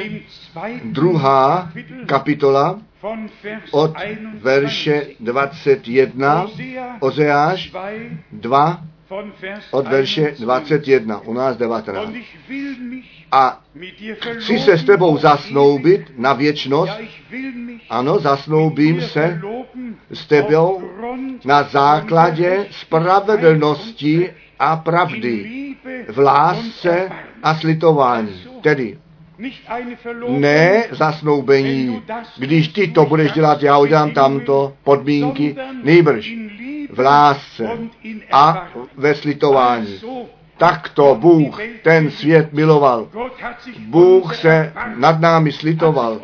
2. kapitola, od verše 21, Ozeáš 2, od verše 21, u nás 19. A chci se s tebou zasnoubit na věčnost, ano, zasnoubím se s tebou na základě spravedlnosti a pravdy, v lásce a slitování. Tedy ne zasnoubení, když ty to budeš dělat, já udělám tamto, podmínky, nejbrž v lásce a ve slitování. Takto Bůh ten svět miloval. Bůh se nad námi slitoval.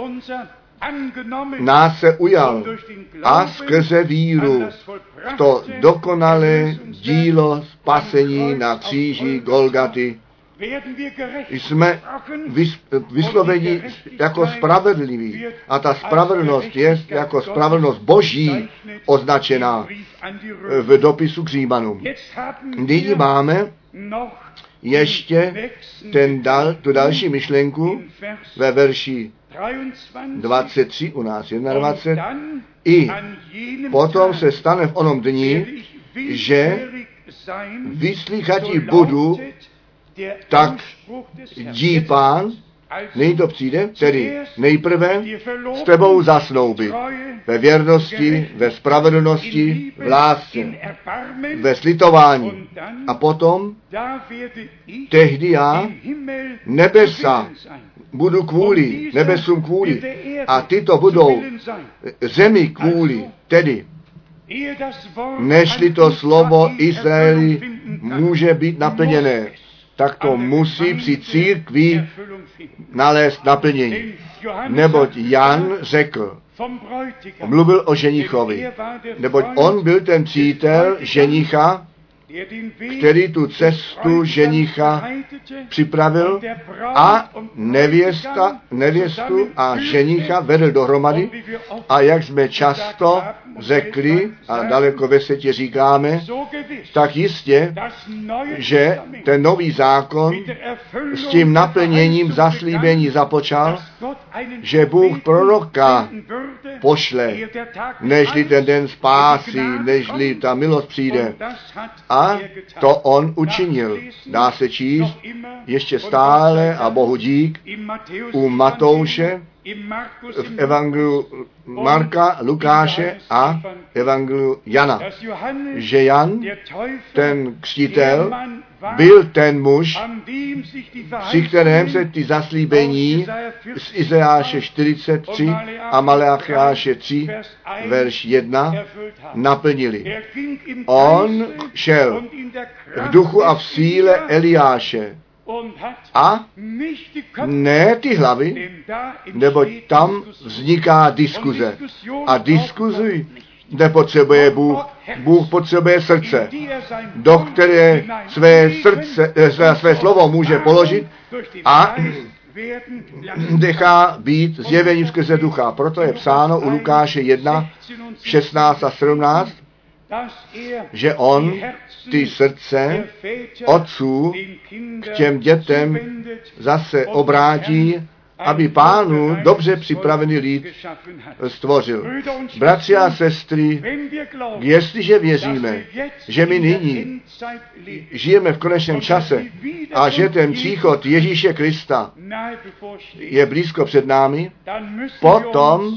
Nás se ujal a skrze víru to dokonalé dílo spasení na kříži Golgaty jsme vysloveni jako spravedliví. A ta spravedlnost je jako spravedlnost Boží označená v dopisu k Římanům. Nyní máme ještě tu další myšlenku ve verši 23, u nás 21. I potom se stane v onom dni, že vyslýchatí budu, tak dí Pán, nej to přijde, tedy nejprve s tebou zasnoubit ve věrnosti, ve spravedlnosti, v lásce, ve slitování. A potom tehdy já nebesa budu kvůli, nebesům kvůli a ty to budou zemi kvůli, tedy nežli to slovo Izraeli může být naplněné. tak to musí při církvi nalézt naplnění. Neboť Jan řekl, mluvil o ženichovi, neboť on byl ten přítel ženicha, který tu cestu ženicha připravil a nevěstu a ženicha vedl dohromady. A jak jsme často řekli a daleko ve světě říkáme, tak jistě, že ten nový zákon s tím naplněním zaslíbení započal, že Bůh proroka pošle, nežli ten den spásy, nežli ta milost přijde. A to on učinil. Dá se číst ještě stále a Bohu dík u Matouše, v evangeliu Marka, Lukáše a evangeliu Jana, že Jan, ten křtitel, byl ten muž, při kterém se ty zaslíbení z Izajáše 43 a Maleachiáše 3, verš 1 naplnili. On šel v duchu a v síle Eliáše a ne ty hlavy, neboť tam vzniká diskuze. A diskuzi nepotřebuje Bůh. Bůh potřebuje srdce, do které své slovo může položit a nechá být zjevením skrze ducha. Proto je psáno u Lukáše 1, 16 a 17, že on ty srdce otců k těm dětem zase obrátí, aby Pánu dobře připravený lid stvořil. Bratři a sestry, jestliže věříme, že my nyní žijeme v konečném čase a že ten příchod Ježíše Krista je blízko před námi, potom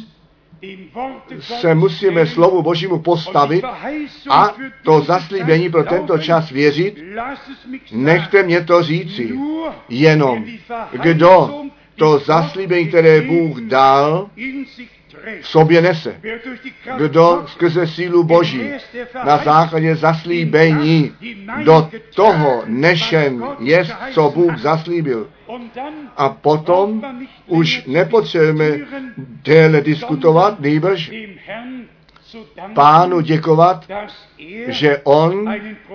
se musíme slovu Božímu postavit a to zaslíbení pro tento čas věřit. Nechte mě to říci. Jenom kdo to zaslíbení, které Bůh dal, v sobě nese. Kdo skrze sílu Boží na základě zaslíbení do toho nešen je, co Bůh zaslíbil. A potom už nepotřebujeme déle diskutovat, nýbrž Pánu děkovat, že on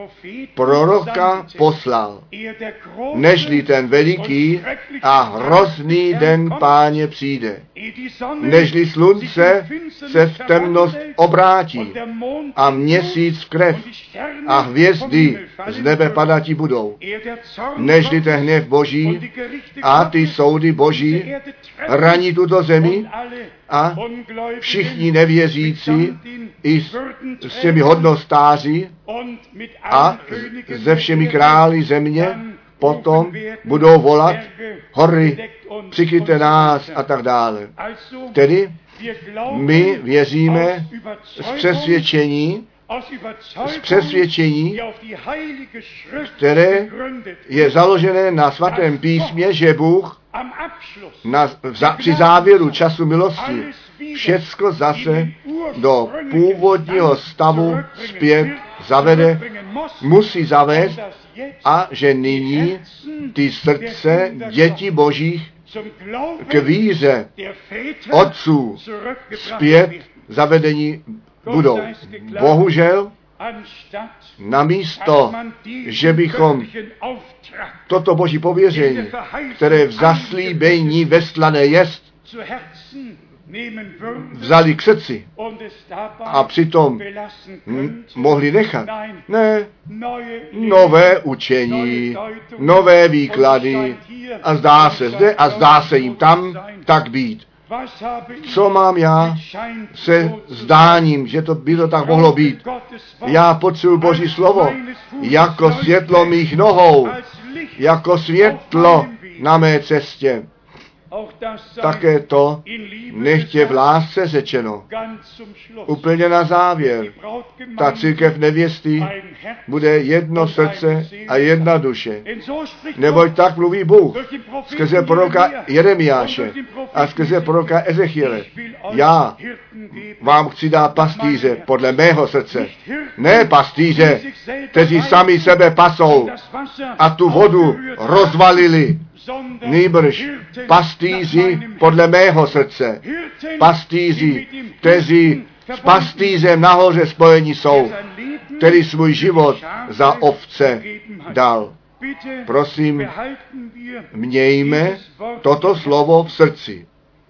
proroka poslal, nežli ten veliký a hrozný den Páně přijde, nežli slunce se v temnost obrátí a měsíc v krev a hvězdy z nebe padatí budou, nežli ten hněv Boží a ty soudy Boží raní tuto zemi a všichni nevěřící i s těmi hodnostáři a se všemi králi země potom budou volat, hory, přikryjte nás a tak dále. Tedy my věříme z přesvědčení, které je založené na svatém písmě, že Bůh při závěru času milosti všecko zase do původního stavu zpět zavede, musí zavést a že nyní ty srdce dětí Božích k víře otců zpět zavedení budou. Bohužel, namísto, že bychom toto Boží pověření, které v zaslíbení veslané jest, vzali k srdci a přitom mohli nechat. Ne, nové učení, nové výklady a zdá se zde a zdá se jim tam tak být. Co mám já se zdáním, že to by to tak mohlo být? Já potřebuji Boží slovo jako světlo mých nohou, jako světlo na mé cestě. Také to nechtě v lásce řečeno. Úplně na závěr. Ta církev nevěsty bude jedno srdce a jedna duše. Neboť tak mluví Bůh skrze proroka Jeremiáše a skrze proroka Ezechiele. Já vám chci dát pastýře podle mého srdce. Ne pastýře, kteří sami sebe pasou a tu vodu rozvalili. Nýbrž pastýři podle mého srdce. Pastýři, kteří s pastýřem nahoře spojení jsou, který svůj život za ovce dal. Prosím, mějme toto slovo v srdci.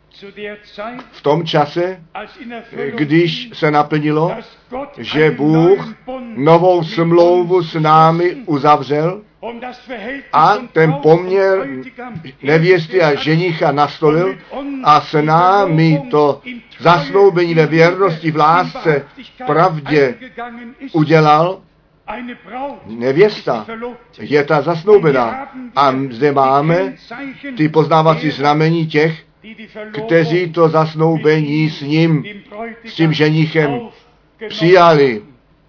V tom čase, když se naplnilo, že Bůh novou smlouvu s námi uzavřel a ten poměr nevěsty a ženicha nastolil a s námi to zasnoubení ve věrnosti, v lásce, v pravdě udělal. Nevěsta je ta zasnoubená a zde máme ty poznávací znamení těch, kteří to zasnoubení s ním, s tím ženichem přijali.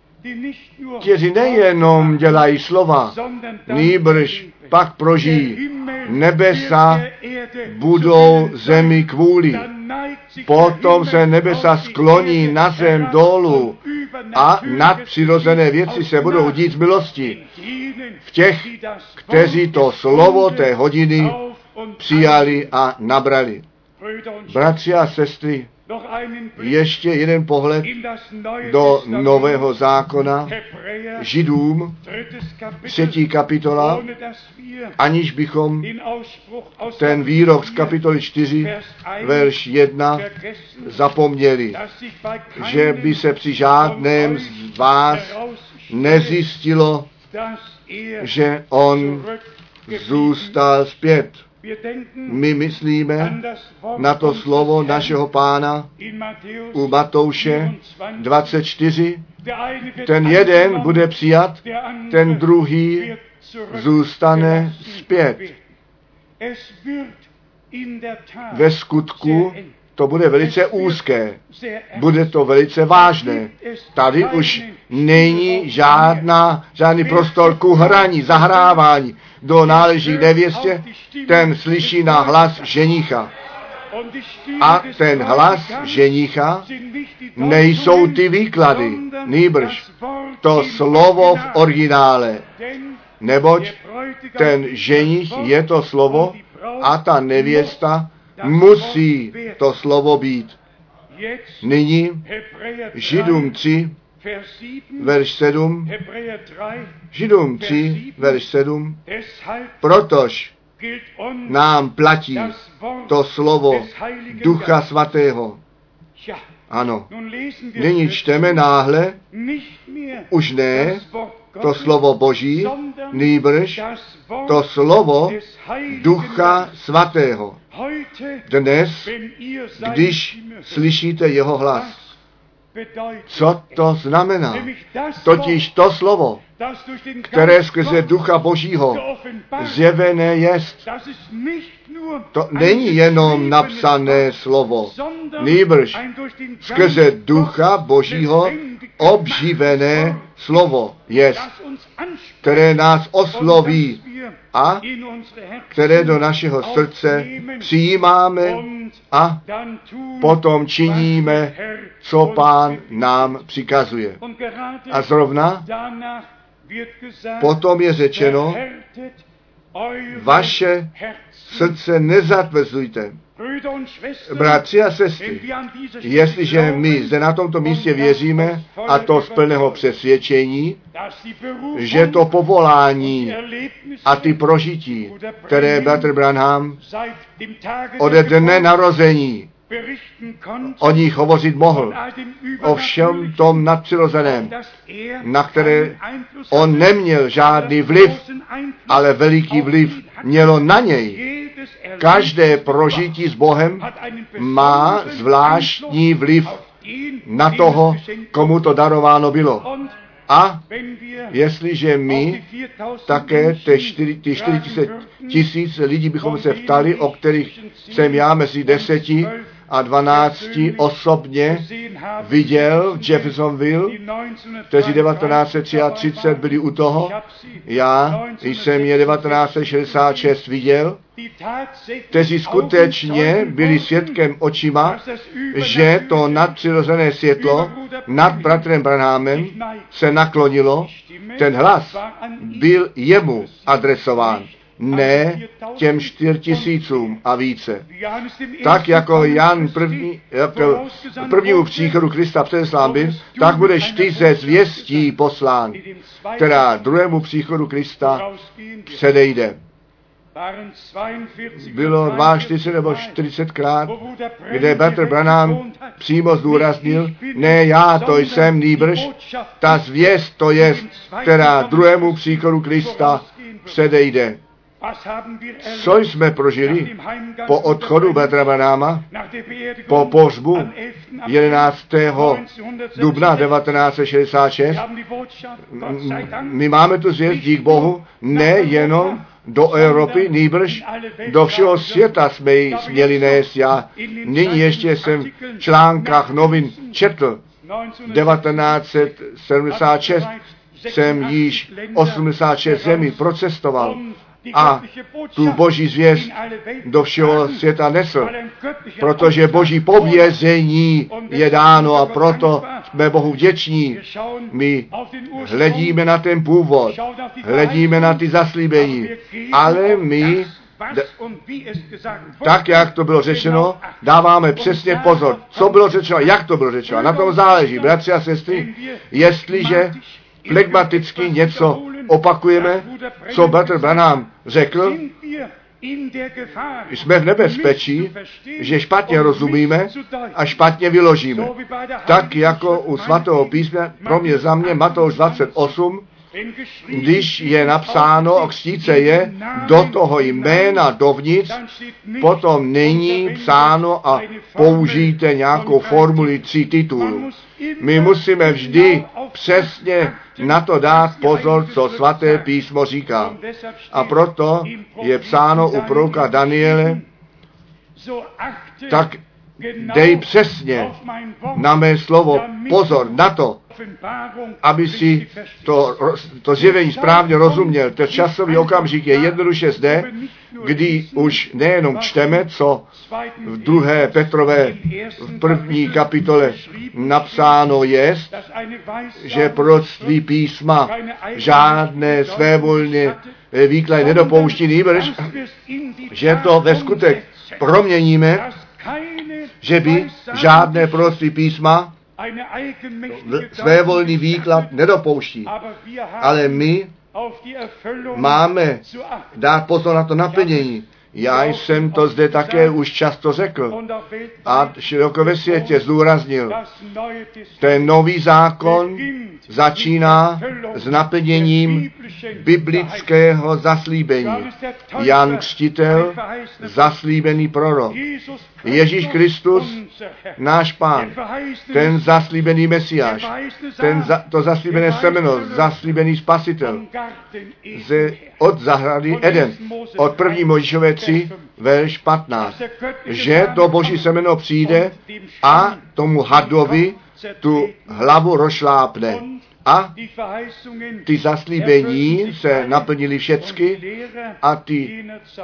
Kteří nejenom dělají slova, nýbrž pak prožijí. Nebesa budou zemi kvůli. Potom se nebesa skloní na zem dolů a nadpřirozené věci se budou dít z milosti v těch, kteří to slovo té hodiny přijali a nabrali. Bratři a sestry, ještě jeden pohled do Nového zákona, Židům, 3. kapitola, aniž bychom ten výrok z kapitoly 4, verš 1 zapomněli, že by se při žádném z vás nezjistilo, že on zůstal zpět. My myslíme na to slovo našeho Pána u Matouše 24. Ten jeden bude přijat, ten druhý zůstane zpět. Ve skutku to bude velice úzké, bude to velice vážné. Tady už není žádný prostor ku hraní, zahrávání. Kdo náleží nevěstě, ten slyší na hlas ženicha. A ten hlas ženicha nejsou ty výklady, nýbrž to slovo v originále. Neboť ten ženich je to slovo a ta nevěsta musí to slovo být. Nyní Židům 3, verš 7, Židům 3, verš 7, protož nám platí to slovo Ducha Svatého. Ano, nyní čteme náhle, už ne to slovo Boží, nýbrž to slovo Ducha Svatého. Dnes, když slyšíte jeho hlas, co to znamená? Totiž to slovo, které skrze Ducha Božího zjevené jest. To není jenom napsané slovo, nýbrž skrze Ducha Božího obživené slovo jest, které nás osloví a které do našeho srdce přijímáme a potom činíme, co Pán nám přikazuje. A zrovna potom je řečeno, vaše srdce nezatvrzujte. Bratři a sestry, jestliže my zde na tomto místě věříme, a to z plného přesvědčení, že to povolání a ty prožití, které bratr Branham ode dne narození o nich hovořit mohl, o všem tom nadpřirozeném, na které on neměl žádný vliv, ale veliký vliv mělo na něj. Každé prožití s Bohem má zvláštní vliv na toho, komu to darováno bylo. A jestliže my také ty 40 000 lidí bychom se ptali, o kterých jsem já mezi 10 a 12 osobně viděl v Jeffersonville, kteří 1933 byli u toho. Já jsem je 1966 viděl, kteří skutečně byli svědkem očima, že to nadpřirozené světlo nad bratrem Branhamem se naklonilo. Ten hlas byl jemu adresován, ne těm 4 000 a více. Tak jako Jan prvnímu příchodu Krista předeslán byl, tak budeš ty ze zvěstí poslán, která druhému příchodu Krista předejde. Bylo 42 nebo 40krát, kde bratr Branham přímo zdůraznil, ne já to jsem, nýbrž ta zvěst to je, která druhému příchodu Krista předejde. Co jsme prožili po odchodu bratra Branhama, po pohřbu 11. dubna 1966? My máme tu zvěst, dík Bohu, nejenom do Evropy, nýbrž do všeho světa jsme ji směli nést. Já nyní ještě jsem v článkách novin četl 1976 jsem již 86 zemí procestoval a tu boží zvěst do všeho světa nesl, protože boží povězení je dáno a proto jsme Bohu vděční. My hledíme na ten původ, hledíme na ty zaslíbení, ale my, tak jak to bylo řečeno, dáváme přesně pozor, co bylo řečeno, jak to bylo řečeno. Na tom záleží, bratři a sestry, jestliže flegmaticky něco opakujeme, co bratr Branham řekl, jsme v nebezpečí, že špatně rozumíme a špatně vyložíme. Tak jako u svatého písma, pro mě za mě Matouš 28, když je napsáno, křtít se je do toho jména dovnitř, potom není psáno a použijte nějakou formuli 3 titulů. My musíme vždy přesně na to dát pozor, co svaté písmo říká. A proto je psáno u proroka Daniele, tak dej přesně na mé slovo pozor na to, aby si to zjevení správně rozuměl. Ten časový okamžik je jednoduše zde, kdy už nejenom čteme, co v 2. Petrové v 1. kapitole napsáno je, že proroctví písma žádné svévolné výklady nedopouští, nýbrž, že to ve skutek proměníme, že by žádné proroctví písma svévolný výklad nedopouští. Ale my máme dát pozor na to naplnění. Já jsem to zde také už často řekl a široko ve světě zdůraznil. Ten nový zákon začíná s naplněním biblického zaslíbení. Jan Křtitel, zaslíbený prorok. Ježíš Kristus, náš Pán, ten zaslíbený Mesiáš, to zaslíbené semeno, zaslíbený Spasitel. Od zahrady Eden, od 1. Mojžíšové 3, verš 15, že to boží semeno přijde a tomu hadovi tu hlavu rozšlápne. A ty zaslíbení se naplnily všecky a ty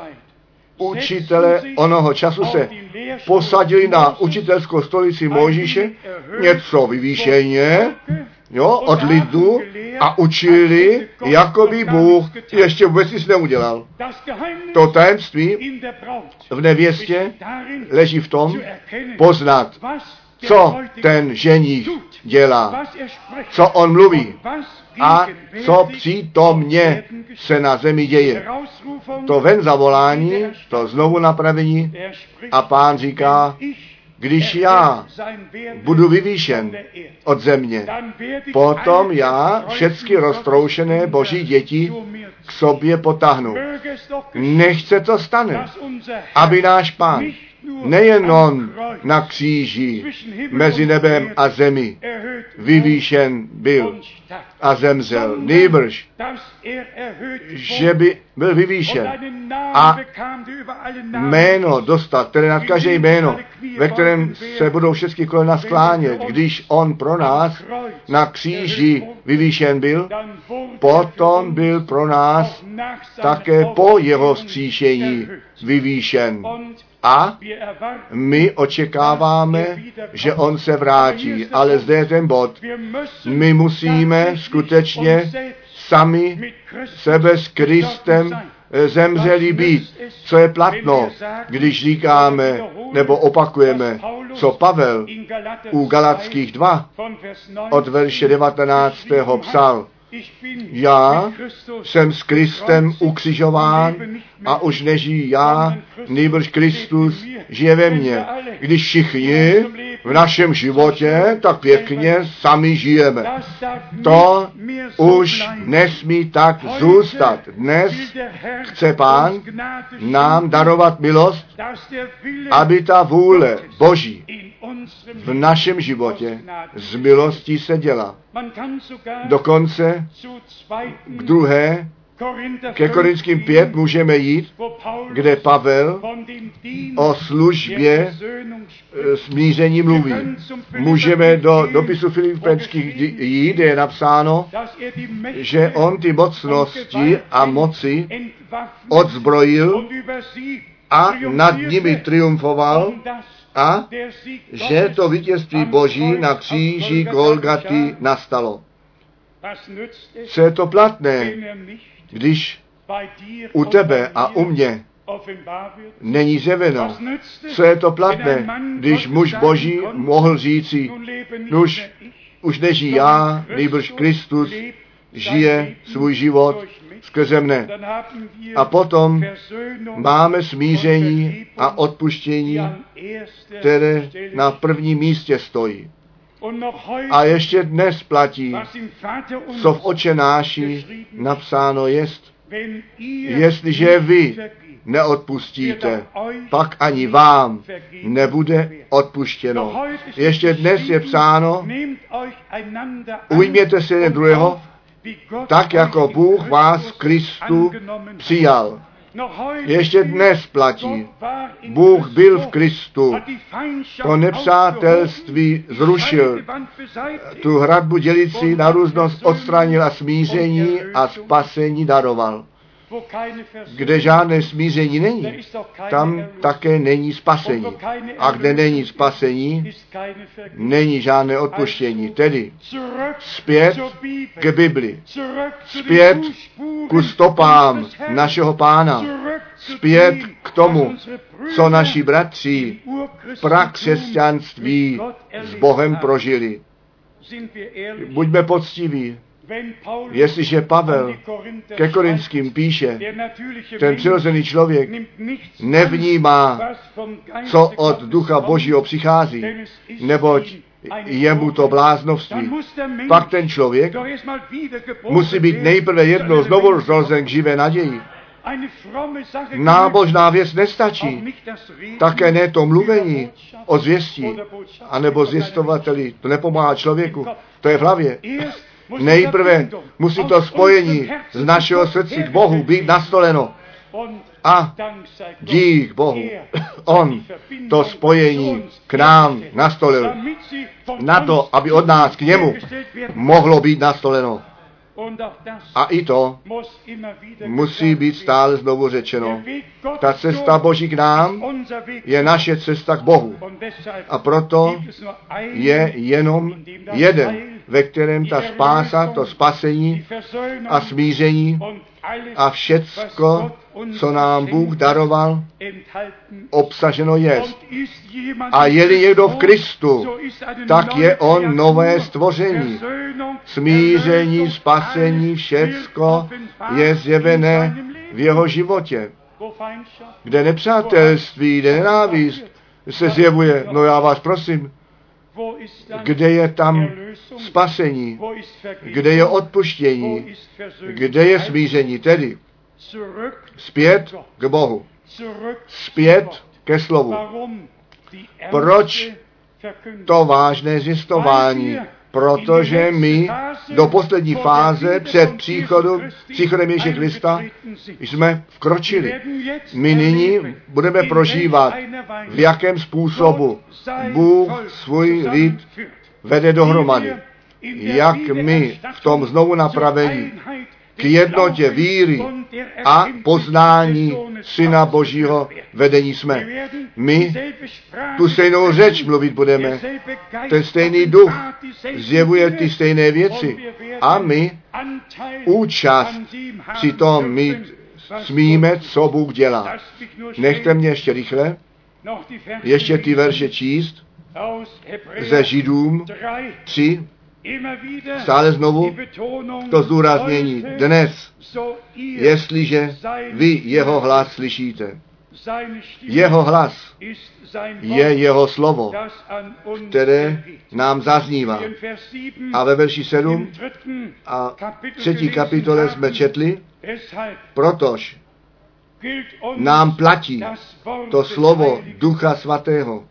učitele onoho času se posadili na učitelskou stolici Mojžíše, něco vyvýšeně, od lidu a učili, jako by Bůh ještě vůbec nic neudělal. To tajemství v nevěstě leží v tom poznat, co ten ženich dělá, co on mluví a co přítomně se na zemi děje. To ven zavolání, to znovu napravení a Pán říká, když já budu vyvýšen od země, potom já všechny roztroušené boží děti k sobě potáhnu. Nechce to stane, aby náš Pán nejenom na kříži mezi nebem a zemi vyvýšen byl a zemřel. Nýbrž, že by byl vyvýšen a jméno dostat, které nad každé jméno, ve kterém se budou všechny kolena sklánět. Když on pro nás na kříži vyvýšen byl, potom byl pro nás také po jeho vzkříšení vyvýšen. A my očekáváme, že on se vrátí. Ale zde je ten bod. My musíme skutečně sami sebe s Kristem zemřeli být. Co je platno, když říkáme nebo opakujeme, co Pavel u Galatských 2 od verše 19. psal. Já jsem s Kristem ukřižován a už nežijí já, nýbrž Kristus žije ve mně. Když všichni v našem životě tak pěkně sami žijeme. To už nesmí tak zůstat. Dnes chce Pán nám darovat milost, aby ta vůle Boží v našem životě z milostí se děla. Dokonce k druhé, ke Korinským 5 můžeme jít, kde Pavel o službě smíření mluví. Můžeme do dopisu Filipenských jít, kde je napsáno, že on ty mocnosti a moci odzbrojil a nad nimi triumfoval a že to vítězství Boží na kříži Golgaty nastalo. Co je to platné, když u tebe a u mě není zjeveno? Co je to platné, když muž Boží mohl říci, už nežijí já, nýbrž Kristus žije svůj život skrze mne. A potom máme smíření a odpuštění, které na prvním místě stojí. A ještě dnes platí, co v Otčenáši napsáno jest. Jestliže vy neodpustíte, pak ani vám nebude odpuštěno. Ještě dnes je psáno, ujměte se jeden druhého, tak jako Bůh vás v Kristu přijal. Ještě dnes platí. Bůh byl v Kristu. To nepřátelství zrušil. Tu hradbu dělicí na různost odstranil a smíření a spasení daroval. Kde žádné smíření není, tam také není spasení. A kde není spasení, není žádné odpuštění. Tedy zpět k Bibli, zpět ku stopám našeho Pána, zpět k tomu, co naši bratři prakřesťanství s Bohem prožili. Buďme poctiví. Jestliže Pavel ke Korinským píše, ten přirozený člověk nevnímá, co od Ducha Božího přichází, neboť je mu to bláznovství. Pak ten člověk musí být nejprve jednou znovu zrozen k živé naději. Nábožná věc nestačí. Také ne to mluvení o zvěstí, anebo zvěstovateli. To nepomáhá člověku. To je v hlavě. Nejprve musí to spojení z našeho srdce k Bohu být nastoleno. A dík Bohu, on to spojení k nám nastolil. Na to, aby od nás k němu mohlo být nastoleno. A i to musí být stále znovu řečeno. Ta cesta Boží k nám je naše cesta k Bohu. A proto je jenom jeden, ve kterém ta spása, to spasení a smíření a všecko, co nám Bůh daroval, obsaženo jest. A je-li někdo v Kristu, tak je on nové stvoření. Smíření, spasení, všecko je zjevené v jeho životě. Kde nepřátelství, kde nenávist se zjevuje, no já vás prosím, kde je tam spasení, kde je odpuštění, kde je smíření, tedy zpět k Bohu, zpět ke slovu. Proč to vážné zjistování? protože my do poslední fáze před příchodem Ježíše Krista jsme vkročili. My nyní budeme prožívat, v jakém způsobu Bůh svůj lid vede dohromady. Jak my v tom znovu napravení k jednotě víry a poznání Syna Božího vedení jsme. My tu stejnou řeč mluvit budeme. Ten stejný duch zjevuje ty stejné věci. A my účast při tom mít smíme, co Bůh dělá. Nechte mě ještě rychle, ještě ty verše číst ze Židům 3, stále znovu to zdůraznění. Dnes, jestliže vy jeho hlas slyšíte, jeho hlas je jeho slovo, které nám zaznívá. A ve verši 7 a 3. kapitole jsme četli, protož nám platí to slovo Ducha Svatého.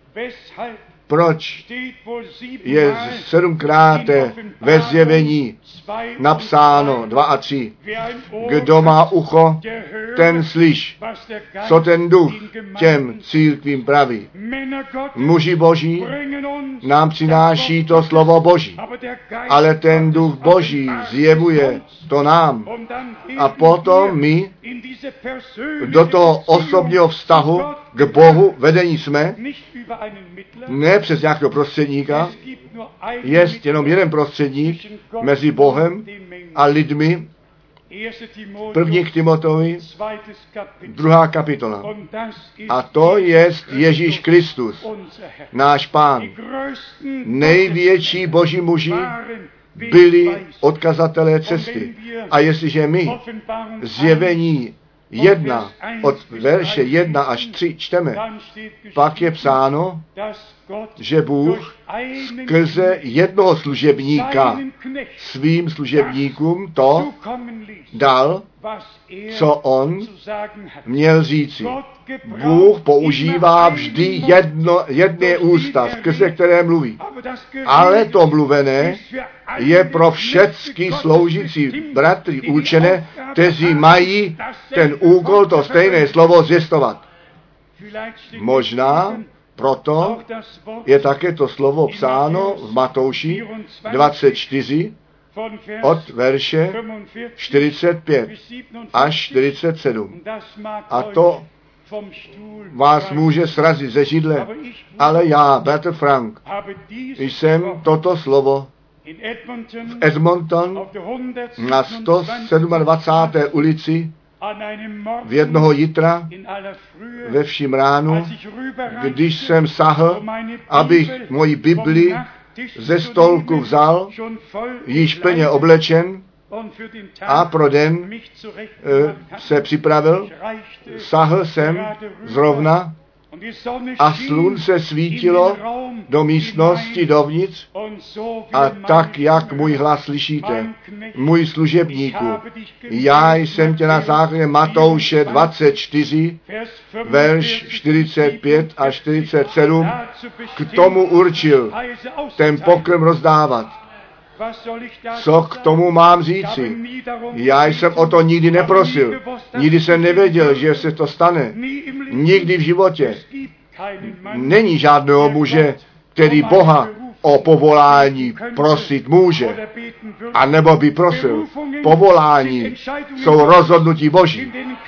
Proč je 7krát ve zjevení napsáno 2 a 3. Kdo má ucho, ten slyš, co ten duch těm církvím praví. Muži Boží nám přináší to slovo Boží, ale ten duch Boží zjevuje to nám. A potom my do toho osobního vztahu k Bohu vedení jsme, ne přes nějakého prostředníka, je jenom jeden prostředník mezi Bohem a lidmi. 1. Timoteovi, 2. kapitola. A to je Ježíš Kristus, náš Pán. Největší boží muži byli odkazatelé cesty. A jestliže my zjevení 1 od verše 1 až 3 čteme, pak je psáno, že Bůh skrze jednoho služebníka svým služebníkům to dal, co on měl říci. Bůh používá vždy jedné ústa, skrze které mluví. Ale to mluvené je pro všechny sloužící bratry určené, kteří mají ten úkol, to stejné slovo zvěstovat. Možná proto je také to slovo psáno v Matouši 24 od verše 45 až 47. A to vás může srazit ze židle, ale já, bratr Frank, jsem toto slovo v Edmonton na 127. ulici v jednoho jitra ve vším ránu, když jsem sahl, abych moji Bibli ze stolku vzal, již plně oblečen, a pro den se připravil, sahl jsem zrovna a slunce svítilo do místnosti dovnitř a tak, jak můj hlas slyšíte, můj služebníku, já jsem tě na základě Matouše 24, verš 45 a 47 k tomu určil ten pokrm rozdávat. Co k tomu mám říci? Já jsem o to nikdy neprosil. Nikdy jsem nevěděl, že se to stane. Nikdy v životě. Není žádného muže, který Boha o povolání prosit může. A nebo by prosil. Povolání jsou rozhodnutí Boží.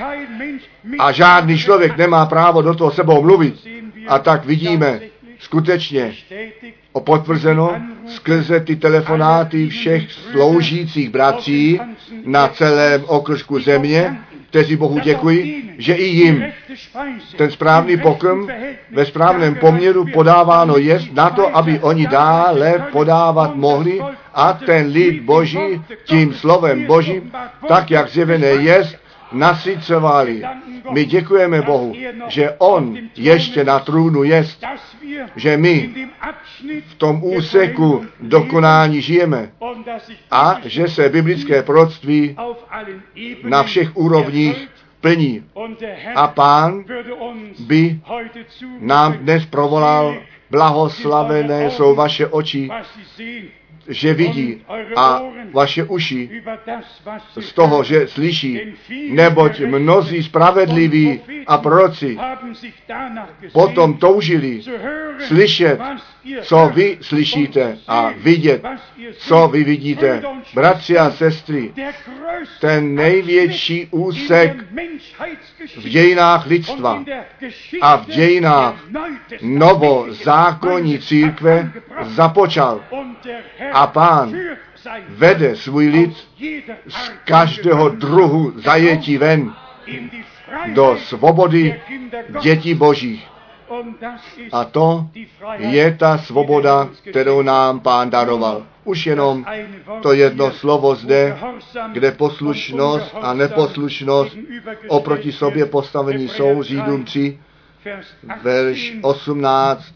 A žádný člověk nemá právo do toho sebou mluvit. A tak vidíme skutečně potvrzeno skrze ty telefonáty všech sloužících bratří na celém okrsku země, kteří Bohu děkují, že i jim ten správný pokrm ve správném poměru podáváno je na to, aby oni dále podávat mohli a ten lid Boží tím slovem Božím, tak jak zjevené je, nasycovali. My děkujeme Bohu, že on ještě na trůnu jest, že my v tom úseku dokonání žijeme a že se biblické proroctví na všech úrovních plní. A Pán by nám dnes provolal Blahoslavené jsou vaše oči, že vidí, a vaše uši z toho, že slyší, neboť mnozí spravedliví a proroci potom toužili slyšet, co vy slyšíte, a vidět, co vy vidíte. Bratři a sestry, ten největší úsek v dějinách lidstva a v dějinách novozákonní církve započal. A Pán vede svůj lid z každého druhu zajetí ven do svobody dětí božích. A to je ta svoboda, kterou nám Pán daroval. Už jenom to jedno slovo zde, kde poslušnost a neposlušnost oproti sobě postavení jsou, Židům 3, verš 18,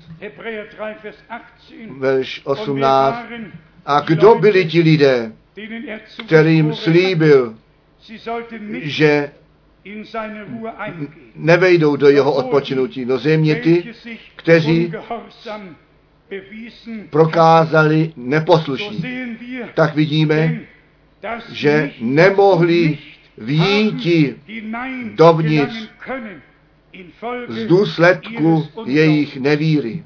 verš 18. A kdo byli ti lidé, kterým slíbil, že nevejdou do jeho odpočinutí? No zřejmě ty, kteří prokázali neposlušní. Tak vidíme, že nemohli vjíti dovnitř z důsledku jejich nevíry.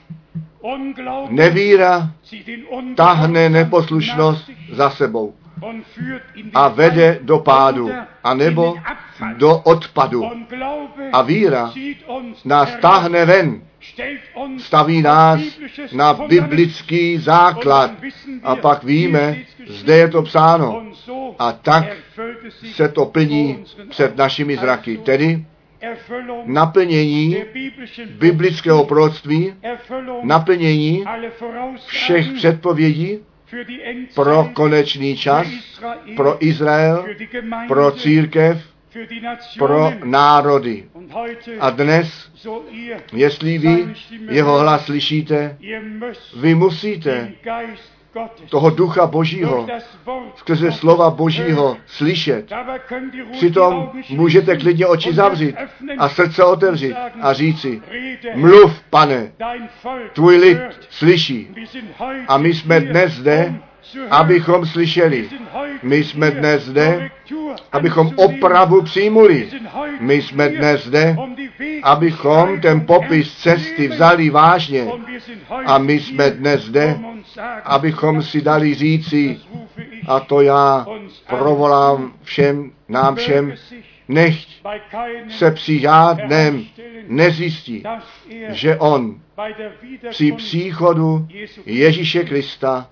Nevíra tahne neposlušnost za sebou a vede do pádu, anebo do odpadu. A víra nás tahne ven, staví nás na biblický základ. A pak víme, zde je to psáno. A tak se to plní před našimi zraky. Tedy naplnění biblického proroctví, naplnění všech předpovědí pro konečný čas, pro Izrael, pro církev, pro národy. A dnes, jestli vy jeho hlas slyšíte, vy musíte toho Ducha Božího skrze slova Božího slyšet. Přitom můžete klidně oči zavřít a srdce otevřít a říci, mluv, Pane, tvůj lid slyší. A my jsme dnes zde, abychom slyšeli. My jsme dnes zde, abychom opravu přijmuli. My jsme dnes zde, abychom ten popis cesty vzali vážně. A my jsme dnes zde, abychom si dali říci, a to já provolám nám všem, nechť se při žádném nezjistí, že on při příchodu Ježíše Krista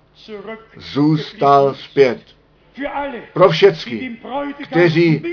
zůstal zpět. Pro všechny, kteří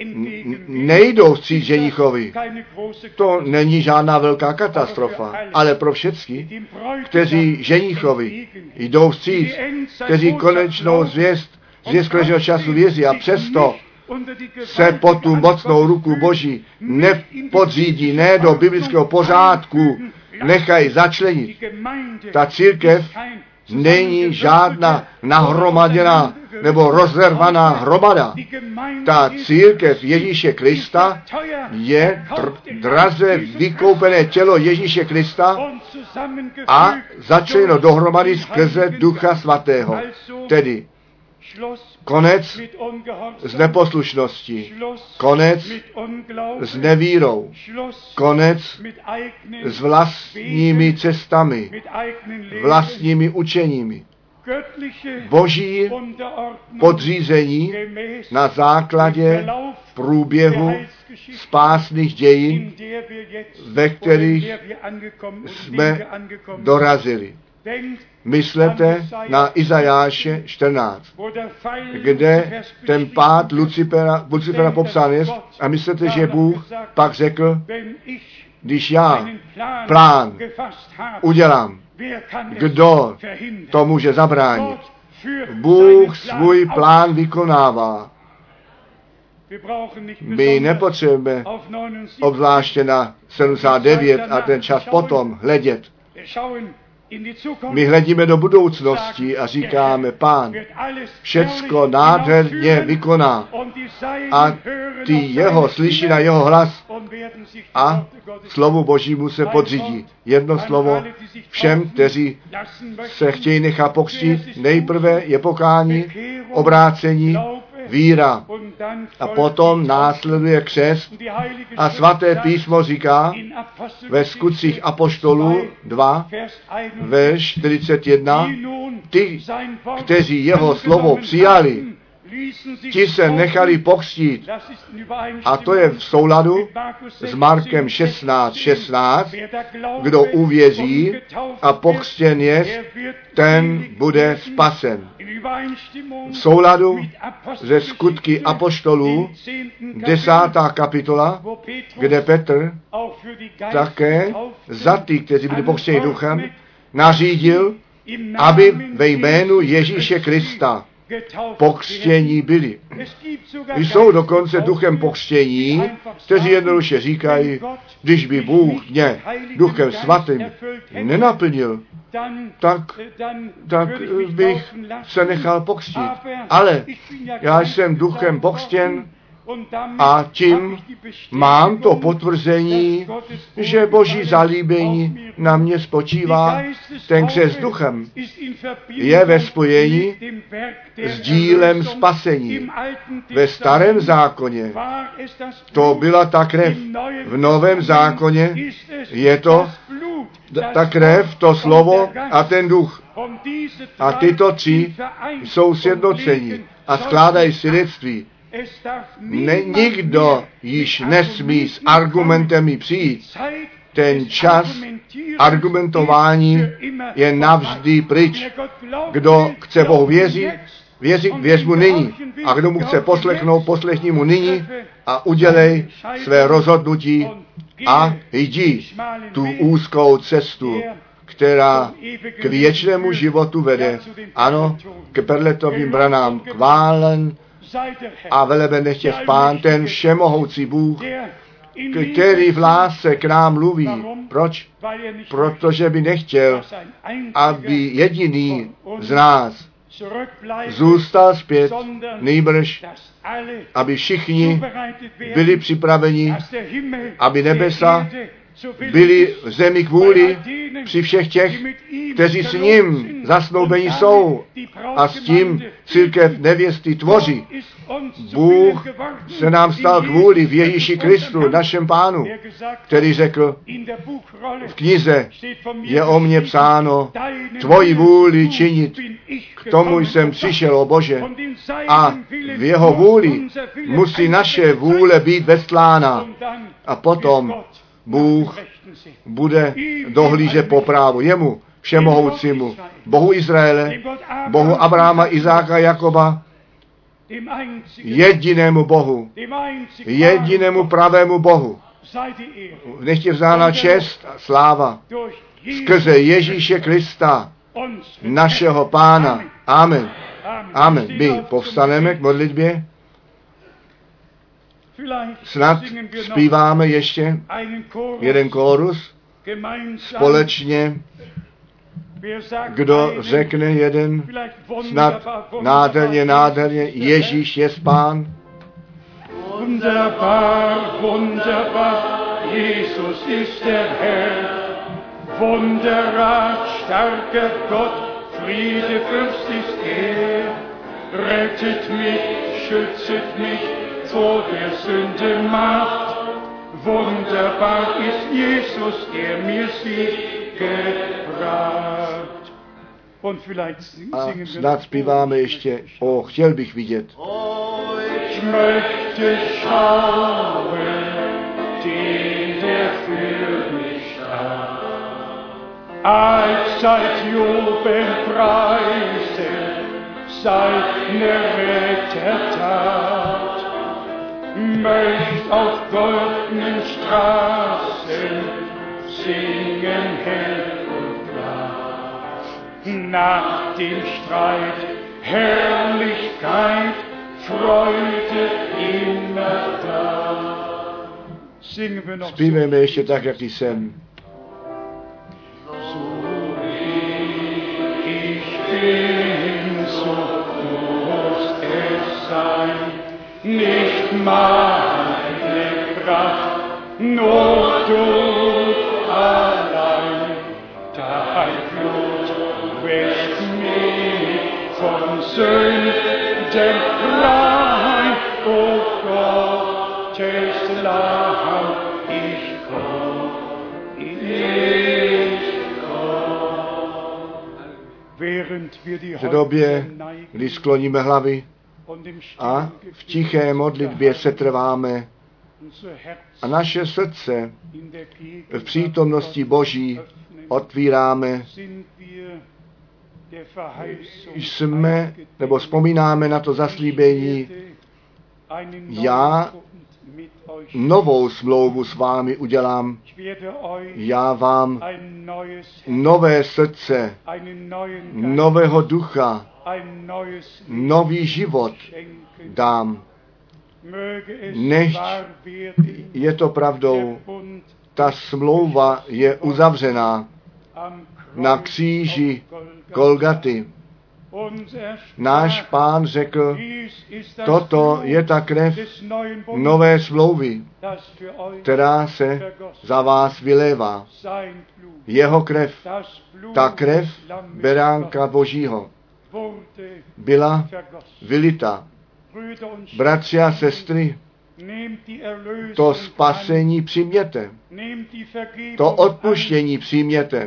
nejdou vstříc ženichovi, to není žádná velká katastrofa, ale pro všechny, kteří ženichovi jdou vstříc, kteří konečnou zvěst konečného času věří a přesto se pod tu mocnou ruku Boží nepodřídí, ne do biblického pořádku, nechají začlenit. Ta církev není žádná nahromaděná nebo rozervaná hromada. Ta církev Ježíše Krista je draze vykoupené tělo Ježíše Krista a začleno dohromady skrze Ducha Svatého. Tedy konec s neposlušností, konec s nevírou, konec s vlastními cestami, vlastními učeními. Boží podřízení na základě průběhu spásných dějin, ve kterých jsme dorazili. Myslete na Izajáše 14, kde ten pád Lucifera popsán je, a myslete, že Bůh pak řekl, když já plán udělám, kdo to může zabránit? Bůh svůj plán vykonává. My nepotřebujeme obzvláště na 79 a ten čas potom hledět. My hledíme do budoucnosti a říkáme, Pán všecko nádherně vykoná a ty jeho slyší na jeho hlas a slovu Božímu se podřídí. Jedno slovo všem, kteří se chtějí nechat pokřtít, nejprve je pokání, obrácení, víra a potom následuje křest a svaté písmo říká ve Skutcích apoštolů 2, verš 41, ty, kteří jeho slovo přijali, ti se nechali pokřtít. A to je v souladu s Markem 16:16. Kdo uvěří a pokřtěn je, ten bude spasen. V souladu ze Skutky apoštolů 10. kapitola, kde Petr také za ty, kteří byli pokřtěni duchem, nařídil, aby ve jménu Ježíše Krista pokřtění byli. Jsou dokonce duchem pokřtění, kteří jednoduše říkají, když by Bůh mě duchem svatým nenaplnil, tak bych se nechal pokřtít. Ale já jsem duchem pokřtěn a tím mám to potvrzení, že Boží zalíbení na mě spočívá. Ten křest duchem je ve spojení s dílem spasení. Ve starém zákoně to byla ta krev. V novém zákoně je to ta krev, to slovo a ten duch. A tyto tři jsou sjednoceni a skládají svědectví. Nikdo již nesmí s argumentem přijít. Ten čas argumentování je navždy pryč. Kdo chce Bohu věř mu nyní. A kdo mu chce poslechnout, poslechni mu nyní a udělej své rozhodnutí a jdi tu úzkou cestu, která k věčnému životu vede. Ano, k perletovým branám chválen a veleben nechť je Pán, ten všemohoucí Bůh, který v lásce k nám mluví. Proč? Protože by nechtěl, aby jediný z nás zůstal zpět, nejbrž, aby všichni byli připraveni, aby nebesa byli v zemi kvůli při všech těch, kteří s ním zasnoubeni jsou a s tím církev nevěsty tvoří. Bůh se nám stal kvůli v Ježíši Kristu, našem Pánu, který řekl, v knize je o mně psáno, tvoji vůli činit. K tomu jsem přišel, o Bože. A v jeho vůli musí naše vůle být vestlána. A potom Bůh bude dohlížet po právu jemu, všemohoucímu, Bohu Izraele, Bohu Abrahama, Izáka, Jakoba, jedinému Bohu, jedinému pravému Bohu. Nech je vzána čest a sláva skrze Ježíše Krista, našeho Pána. Amen. Amen. My povstaneme k modlitbě. Snad zpíváme ještě jeden kórus společně. Kdo řekne jeden, snad nádherně, Ježíš je Pán. Wunderbar, wunderbar, Jesus ist der Herr. Wunderrat, starker Gott, Friedefürst ist er. Rettet mich, schützet mich vor der Sünde Macht. Wunderbar ist Jesus, der mir Sieg gebracht. A snad zpíváme ještě chtěl bych vidět. Ich möchte schauen, den der für mich starb. Allzeit jubeln, preisen, seine Rettertat. Möcht auf goldenen Straßen singen hell und klar. Nach dem Streit Herrlichkeit, Freude immer da. Zpívejme ještě tak, jak jsem. So wie meine Kraft, nur du allein, dein Blut wäscht mich von Sünden rein, o Gottes Lamm, ich komm. V době, kdy skloníme hlavy a v tiché modlitbě setrváme a naše srdce v přítomnosti Boží otvíráme, jsme, nebo vzpomínáme na to zaslíbení, já novou smlouvu s vámi udělám, já vám nové srdce, nového ducha, nový život dám. Nechť je to pravdou, ta smlouva je uzavřená na kříži Golgaty. Náš Pán řekl, toto je ta krev nové smlouvy, která se za vás vylévá. Jeho krev, ta krev beránka Božího, byla vylita. Bratři a sestry, to spasení přijměte, to odpuštění přijměte.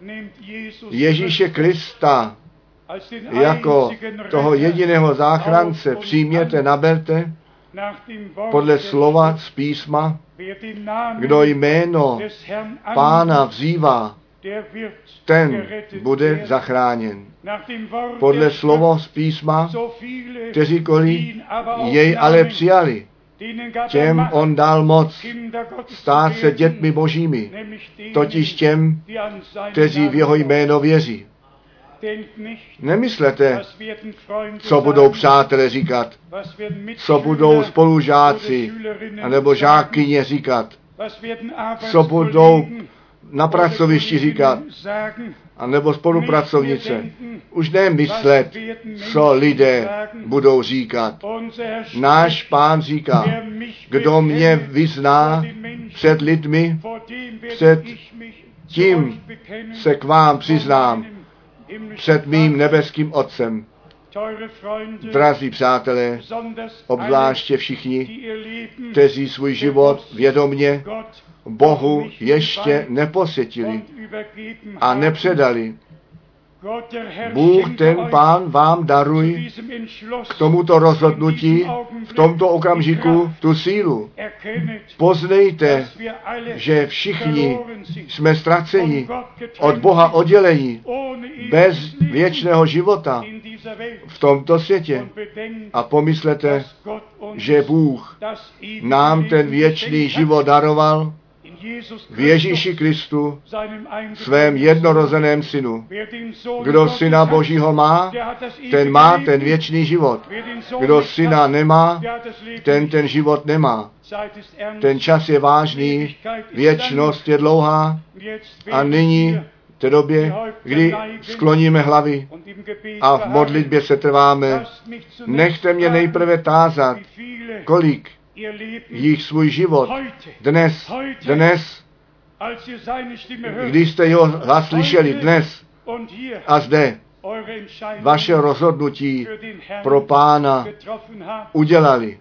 Ježíše Krista jako toho jediného záchrance přijměte, naberte podle slova z písma, kdo jméno Pána vzývá, ten bude zachráněn. Podle slova z písma, kteříkoliv jej ale přijali, těm on dal moc stát se dětmi Božími, totiž těm, kteří v jeho jméno věří. Nemyslete, co budou přátelé říkat, co budou spolužáci anebo žákyně říkat, co budou na pracovišti říkat, anebo spolupracovnice. Už nemyslet, co lidé budou říkat. Náš Pán říká, kdo mě vyzná před lidmi, před tím se k vám přiznám, před mým nebeským Otcem. Drazí přátelé, obzvláště všichni, kteří svůj život vědomně Bohu ještě neposvětili a nepředali. Bůh, ten Pán, vám daruj k tomuto rozhodnutí v tomto okamžiku tu sílu. Poznejte, že všichni jsme ztraceni, od Boha oddělení, bez věčného života v tomto světě. A pomyslete, že Bůh nám ten věčný život daroval v Ježíši Kristu, svém jednorozeném synu. Kdo syna Božího má, ten má ten věčný život. Kdo syna nemá, ten život nemá. Ten čas je vážný, věčnost je dlouhá a nyní v té době, kdy skloníme hlavy a v modlitbě se trváme, nechte mě nejprve tázat, kolik jich svůj život dnes, když jste jeho hlas slyšeli dnes a zde, vaše rozhodnutí pro Pána udělali.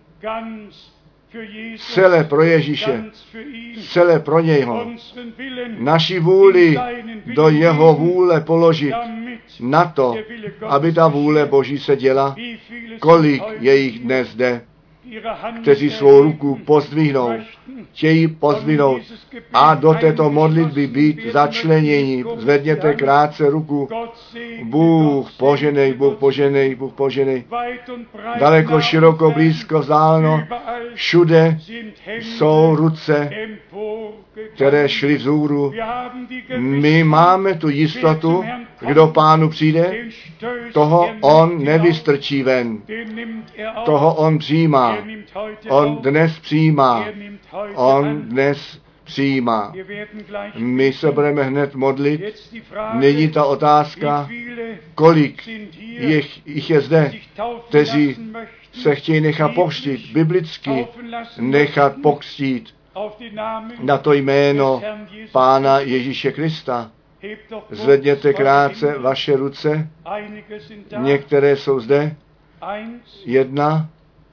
Celé pro Ježíše, celé pro něho. Naši vůli do jeho vůle položit na to, aby ta vůle Boží se děla. Kolik je jich dnes zde, kteří svou ruku pozdvihnou, chtějí pozdvihnout a do této modlitby být začleněni. Zvedněte krátce ruku. Bůh poženej, Bůh poženej, Bůh poženej. Daleko, široko, blízko, vzdáleno, všude jsou ruce, které šly vzhůru. My máme tu jistotu, kdo Pánu přijde, toho on nevystrčí ven. Toho on přijímá. On dnes přijímá. On dnes přijímá. My se budeme hned modlit. Nyní ta otázka, kolik jich je zde, kteří se chtějí nechat pokřtít, biblicky nechat pokřtít na to jméno Pána Ježíše Krista. Zvedněte krátce vaše ruce, některé jsou zde, 1,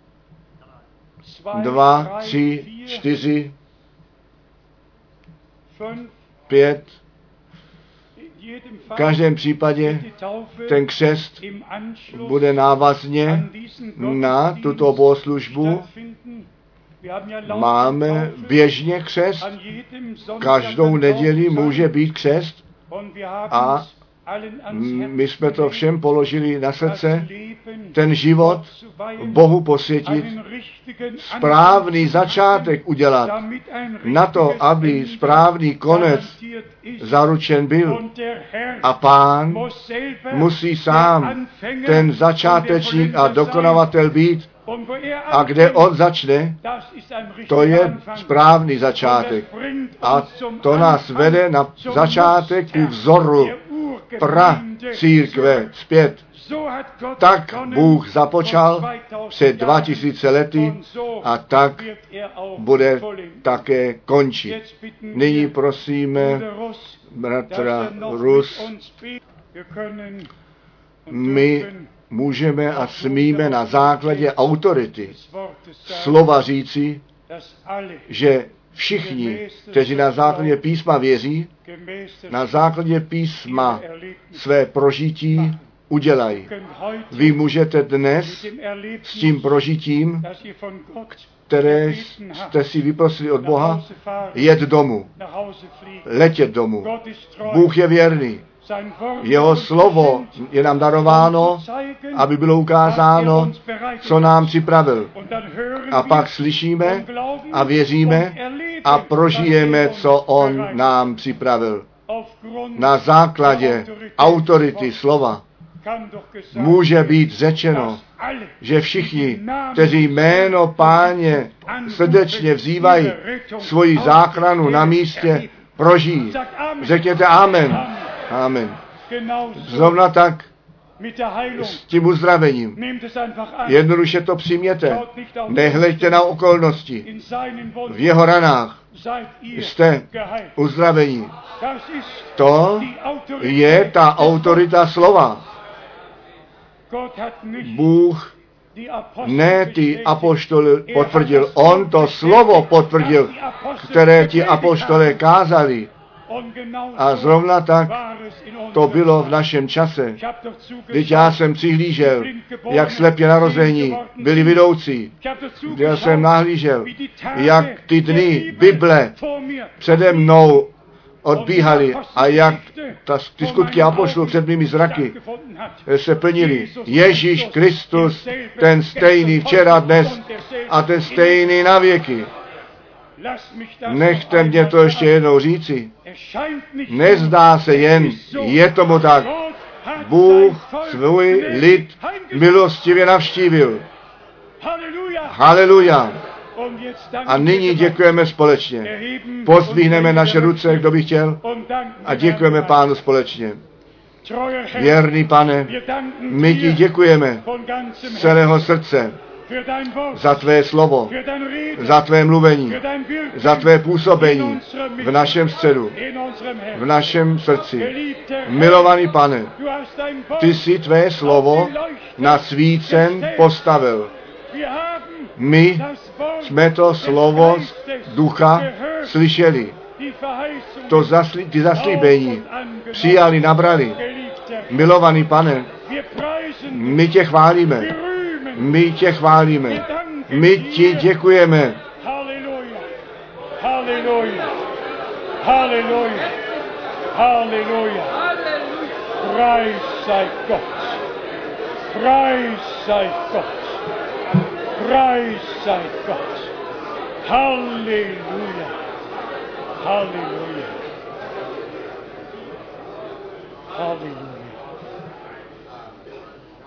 2, 3, 4, 5. V každém případě ten křest bude návazně na tuto bohoslužbu. Máme běžně křest, každou neděli může být křest a my jsme to všem položili na srdce, ten život Bohu posvětit, správný začátek udělat, na to, aby správný konec zaručen byl. A Pán musí sám ten začátečník a dokonavatel být. A kde on začne, to je správný začátek. A to nás vede na začátek ku vzoru církve zpět. Tak Bůh započal před 2000 lety a tak bude také končit. Nyní prosíme bratra Rus, my můžeme a smíme na základě autority slova říci, že všichni, kteří na základě písma věří, na základě písma své prožití udělají. Vy můžete dnes s tím prožitím, které jste si vyprosili od Boha, jet domů, letět domů. Bůh je věrný. Jeho slovo je nám darováno, aby bylo ukázáno, co nám připravil. A pak slyšíme a věříme a prožijeme, co on nám připravil. Na základě autority slova může být řečeno, že všichni, kteří jméno Páně srdečně vzývají, svoji záchranu na místě prožijí. Řekněte amen. Amen. Zrovna tak s tím uzdravením. Jednoduše to přijměte. Nehleďte na okolnosti. V jeho ranách jste uzdravení. To je ta autorita slova. Bůh ne ty apoštoly potvrdil, on to slovo potvrdil, které ti apoštolé kázali. A zrovna tak to bylo v našem čase. Když já jsem přihlížel, jak slepě narození byli vidoucí. Já jsem nahlížel, jak ty dny Bible přede mnou odbíhaly a jak ty skutky apoštolů před mými zraky se plnily. Ježíš Kristus, ten stejný včera, dnes a ten stejný na věky. Nechte mě to ještě jednou říci. Nezdá se jen, je tomu tak. Bůh svůj lid milostivě navštívil. Haleluja. A nyní děkujeme společně. Pozdvihneme naše ruce, kdo by chtěl, a děkujeme Pánu společně. Věrný Pane, my ti děkujeme z celého srdce za tvé slovo, za tvé mluvení, za tvé působení v našem středu, v našem srdci. Milovaný Pane, ty jsi tvé slovo na svícen postavil. My jsme to slovo ducha slyšeli. Ty zaslíbení přijali, nabrali. Milovaný Pane, my tě chválíme. My tě chválíme. My ti děkujeme. Halleluja. Halleluja. Halleluja. Halleluja. Preis sei Gott. Preis sei Gott. Preis sei Gott. Halleluja. Halleluja. Halleluja.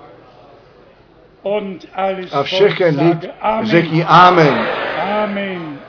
A všechen lid řekni amen. Amen.